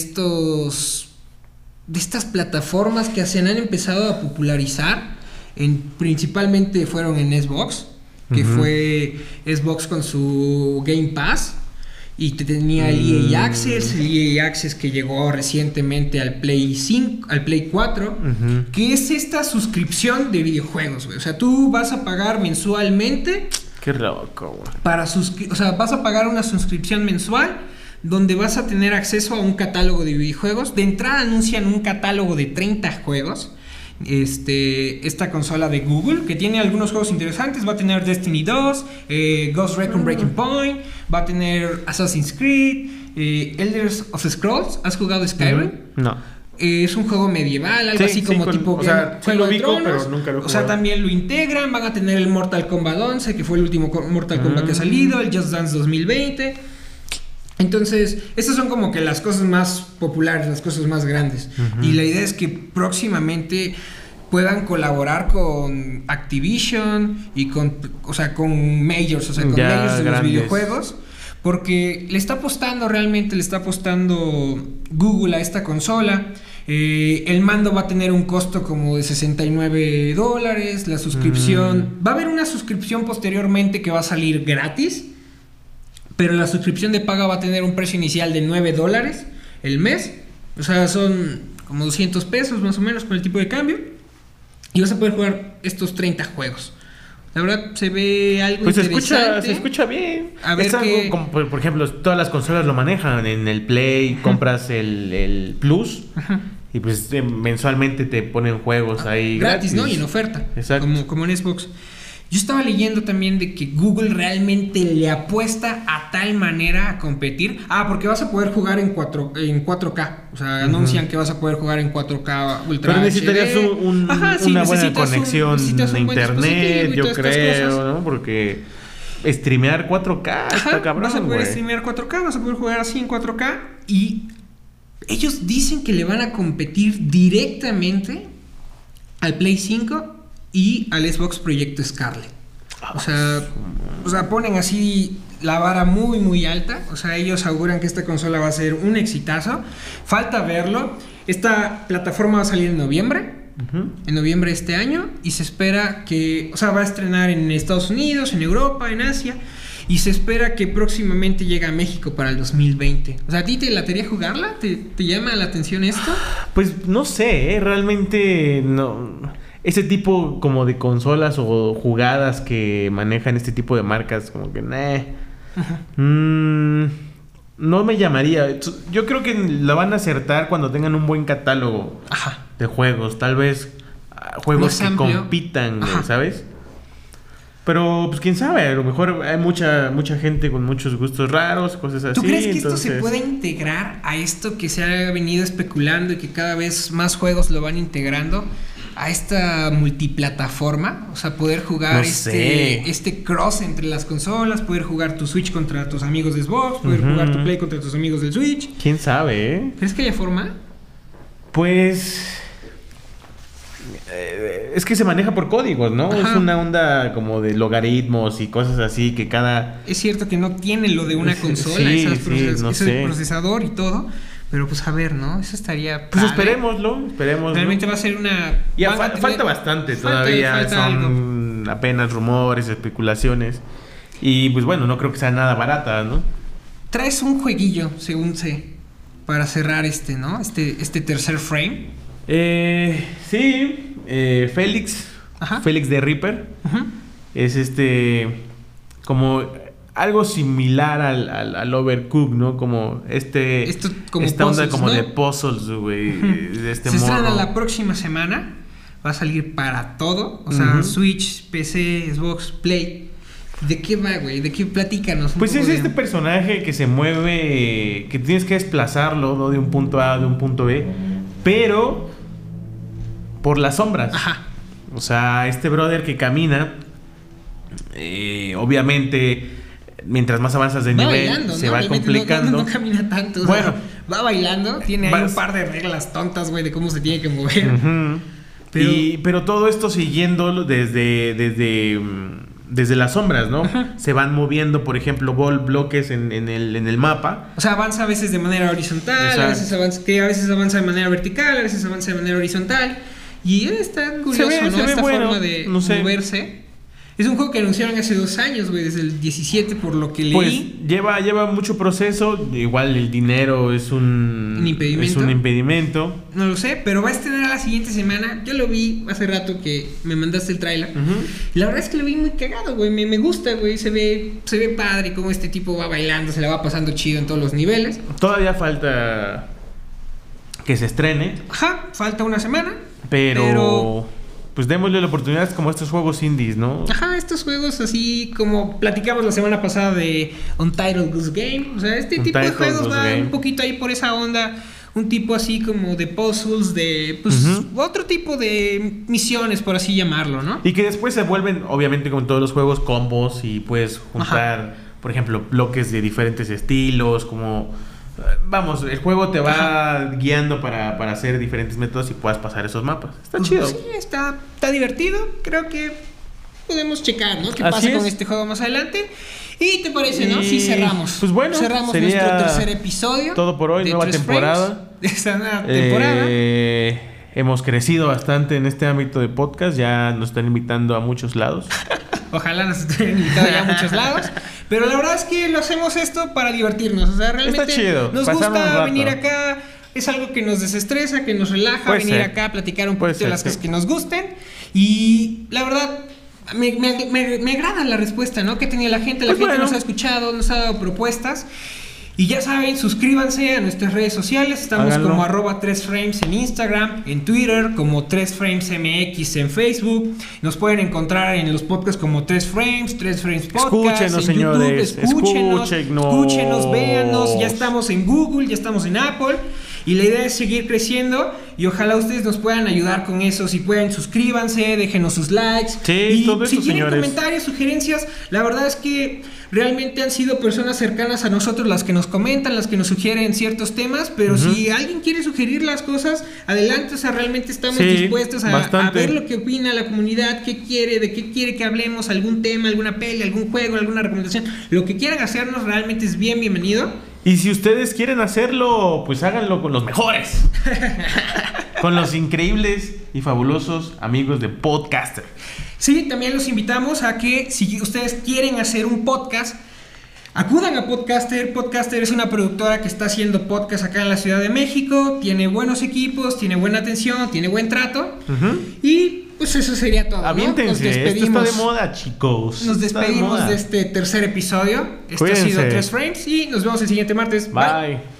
A: estas plataformas que se han empezado a popularizar. Principalmente fueron en Xbox, que fue Xbox con su Game Pass, y tenía el EA Access, que llegó recientemente al Play 5, al Play 4, que es esta suscripción de videojuegos, güey. O sea, tú vas a pagar mensualmente.
B: Qué loco, güey.
A: O sea, vas a pagar una suscripción mensual donde vas a tener acceso a un catálogo de videojuegos. De entrada anuncian un catálogo de 30 juegos. Esta consola de Google, que tiene algunos juegos interesantes. Va a tener Destiny 2, Ghost Recon Breaking Point, va a tener Assassin's Creed, Elder of Scrolls. ¿Has jugado Skyrim?
B: No.
A: Es un juego medieval, algo así como tipo...
B: O sea, sí lo ubico, pero nunca lo he jugado.
A: O sea, también lo integran. Van a tener el Mortal Kombat 11, que fue el último Mortal Kombat que ha salido, el Just Dance 2020. Entonces, estas son como que las cosas más populares, las cosas más grandes. Y la idea es que próximamente puedan colaborar con Activision y con majors, o sea, con majors de los videojuegos. Porque le está apostando Google a esta consola. El mando va a tener un costo como de $69. La suscripción... Va a haber una suscripción posteriormente que va a salir gratis. Pero la suscripción de paga va a tener un precio inicial de $9 el mes. O sea, son como $200 más o menos con el tipo de cambio. Y vas a poder jugar estos 30 juegos. La verdad se ve algo interesante.
B: Se escucha bien.
A: A ver,
B: es algo como, por ejemplo, todas las consolas lo manejan. En el Play compras el Plus. Y pues mensualmente te ponen juegos ahí
A: gratis, ¿no? Y en oferta.
B: Exacto.
A: Como en Xbox. Yo estaba leyendo también de que Google realmente le apuesta a tal manera a competir. Porque vas a poder jugar en 4K. O sea, anuncian que vas a poder jugar en 4K Ultra
B: Pero necesitarías
A: HD.
B: una buena conexión de internet, yo creo, ¿no? Porque streamear 4K está cabrón,
A: vas a poder streamear 4K, vas a poder jugar así en 4K. Y ellos dicen que le van a competir directamente al Play 5 y al Xbox Proyecto Scarlett. O sea, ponen así la vara muy muy alta. O sea, ellos auguran que esta consola va a ser un exitazo. Falta verlo. Esta plataforma va a salir en noviembre. En noviembre de este año. Y se espera que... O sea, va a estrenar en Estados Unidos, en Europa, en Asia. Y se espera que próximamente llegue a México para el 2020. O sea, ¿a ti te latería jugarla? ¿Te llama la atención esto?
B: Pues no sé, realmente no... Ese tipo como de consolas o jugadas que manejan este tipo de marcas, como que no me llamaría. Yo creo que la van a acertar cuando tengan un buen catálogo de juegos. Tal vez juegos que compitan, ¿sabes? Pero, pues, quién sabe, a lo mejor hay mucha gente con muchos gustos raros, cosas así.
A: ¿Tú crees que esto se puede integrar a esto que se ha venido especulando y que cada vez más juegos lo van integrando a esta multiplataforma? O sea, poder jugar este cross entre las consolas, poder jugar tu Switch contra tus amigos de Xbox, poder jugar tu Play contra tus amigos del Switch.
B: ¿Quién sabe, eh?
A: ¿Crees que haya forma?
B: Pues... es que se maneja por códigos, ¿no? Es una onda como de logaritmos y cosas así que cada...
A: Es cierto que no tiene lo de una consola, ese procesador y todo, pero pues a ver, ¿no? Eso estaría...
B: Pues esperémoslo.
A: Realmente va a ser una...
B: Ya falta bastante todavía, son apenas rumores, especulaciones. Y pues bueno, no creo que sea nada barata, ¿no?
A: Traes un jueguillo, según sé, para cerrar ¿no? Este tercer frame.
B: Sí, Félix de Reaper. Es como algo similar al Overcooked, ¿no? Como esta puzzles, onda como, ¿no? De puzzles, güey.
A: Se estrena la próxima semana. Va a salir para todo. O sea, Switch, PC, Xbox, Play. ¿De qué va, güey? ¿De qué? Platícanos.
B: Pues es este personaje que se mueve, que tienes que desplazarlo, ¿no? De un punto A a un punto B, pero por las sombras. O sea, este brother que camina, obviamente, mientras más avanzas de nivel, bailando, se va complicando.
A: No camina tanto. Bueno, va bailando, tiene ahí un par de reglas tontas, güey, de cómo se tiene que mover. Pero todo esto siguiendo desde las sombras, ¿no? Se van moviendo, por ejemplo, bloques en el mapa. O sea, avanza a veces de manera horizontal, a veces avanza de manera vertical, a veces avanza de manera horizontal. Y está curioso, ¿no? Esta forma de moverse. Es un juego que anunciaron hace 2 años, güey, desde el 17, por lo que leí.
B: Pues lleva mucho proceso. Igual el dinero es un impedimento.
A: No lo sé, pero va a estrenar la siguiente semana. Yo lo vi hace rato que me mandaste el tráiler. Y la verdad es que lo vi muy cagado, güey. Me gusta, güey. Se ve padre cómo este tipo va bailando, se la va pasando chido en todos los niveles.
B: Todavía falta que se estrene.
A: Falta una semana.
B: Pero pues démosle la oportunidad como estos juegos indies, ¿no?
A: Estos juegos así como platicamos la semana pasada de Untitled Goose Game. O sea, este tipo de juegos va un poquito ahí por esa onda. Un tipo así como de puzzles, de pues otro tipo de misiones, por así llamarlo, ¿no?
B: Y que después se vuelven, obviamente, como en todos los juegos, combos y puedes juntar, por ejemplo, bloques de diferentes estilos, como... Vamos, el juego te va guiando para hacer diferentes métodos y puedas pasar esos mapas. Está chido.
A: Sí, está divertido. Creo que podemos checar, ¿no? ¿Qué pasa con este juego más adelante? ¿Y te parece, no? Sí, cerramos.
B: Pues bueno,
A: cerramos nuestro tercer episodio.
B: Todo por hoy, nueva temporada.
A: Esta nueva temporada.
B: Hemos crecido bastante en este ámbito de podcast. Ya nos están invitando a muchos lados.
A: Ojalá nos estén invitando ya a muchos lados. Pero la verdad es que lo hacemos esto para divertirnos. O sea, realmente
B: está chido.
A: Nos gusta venir acá. Es algo que nos desestresa, que nos relaja. Venir acá a platicar un poquito de las cosas que nos gusten. Y la verdad, me agrada la respuesta, ¿no? Que tenía la gente. La gente nos ha escuchado, nos ha dado propuestas. Y ya saben, suscríbanse a nuestras redes sociales. Estamos como @3frames en Instagram, en Twitter, como 3framesmx en Facebook. Nos pueden encontrar en los podcasts como 3frames Podcast.
B: Escúchenos,
A: en
B: señores.
A: YouTube, escúchenos, véanos. Ya estamos en Google, ya estamos en Apple. Y la idea es seguir creciendo. Y ojalá ustedes nos puedan ayudar con eso. Si pueden, suscríbanse, déjenos sus likes.
B: Sí, todo eso,
A: si tienen
B: señores,
A: comentarios, sugerencias, la verdad es que realmente han sido personas cercanas a nosotros las que nos comentan, las que nos sugieren ciertos temas. Pero si alguien quiere sugerir las cosas, adelante. O sea, realmente estamos dispuestos a ver lo que opina la comunidad, qué quiere, de qué quiere que hablemos, algún tema, alguna peli, algún juego, alguna recomendación. Lo que quieran hacernos realmente es bienvenido.
B: Y si ustedes quieren hacerlo, pues háganlo con los mejores. Con los increíbles y fabulosos amigos de Podcaster.
A: Sí, también los invitamos a que si ustedes quieren hacer un podcast, acudan a Podcaster. Podcaster es una productora que está haciendo podcast acá en la Ciudad de México. Tiene buenos equipos, tiene buena atención, tiene buen trato. Y Pues eso sería todo, ¿no?
B: Aviéntense, esto está de moda, chicos.
A: Nos despedimos de este tercer episodio. Esto ha sido 3 Frames y nos vemos el siguiente martes.
B: Bye.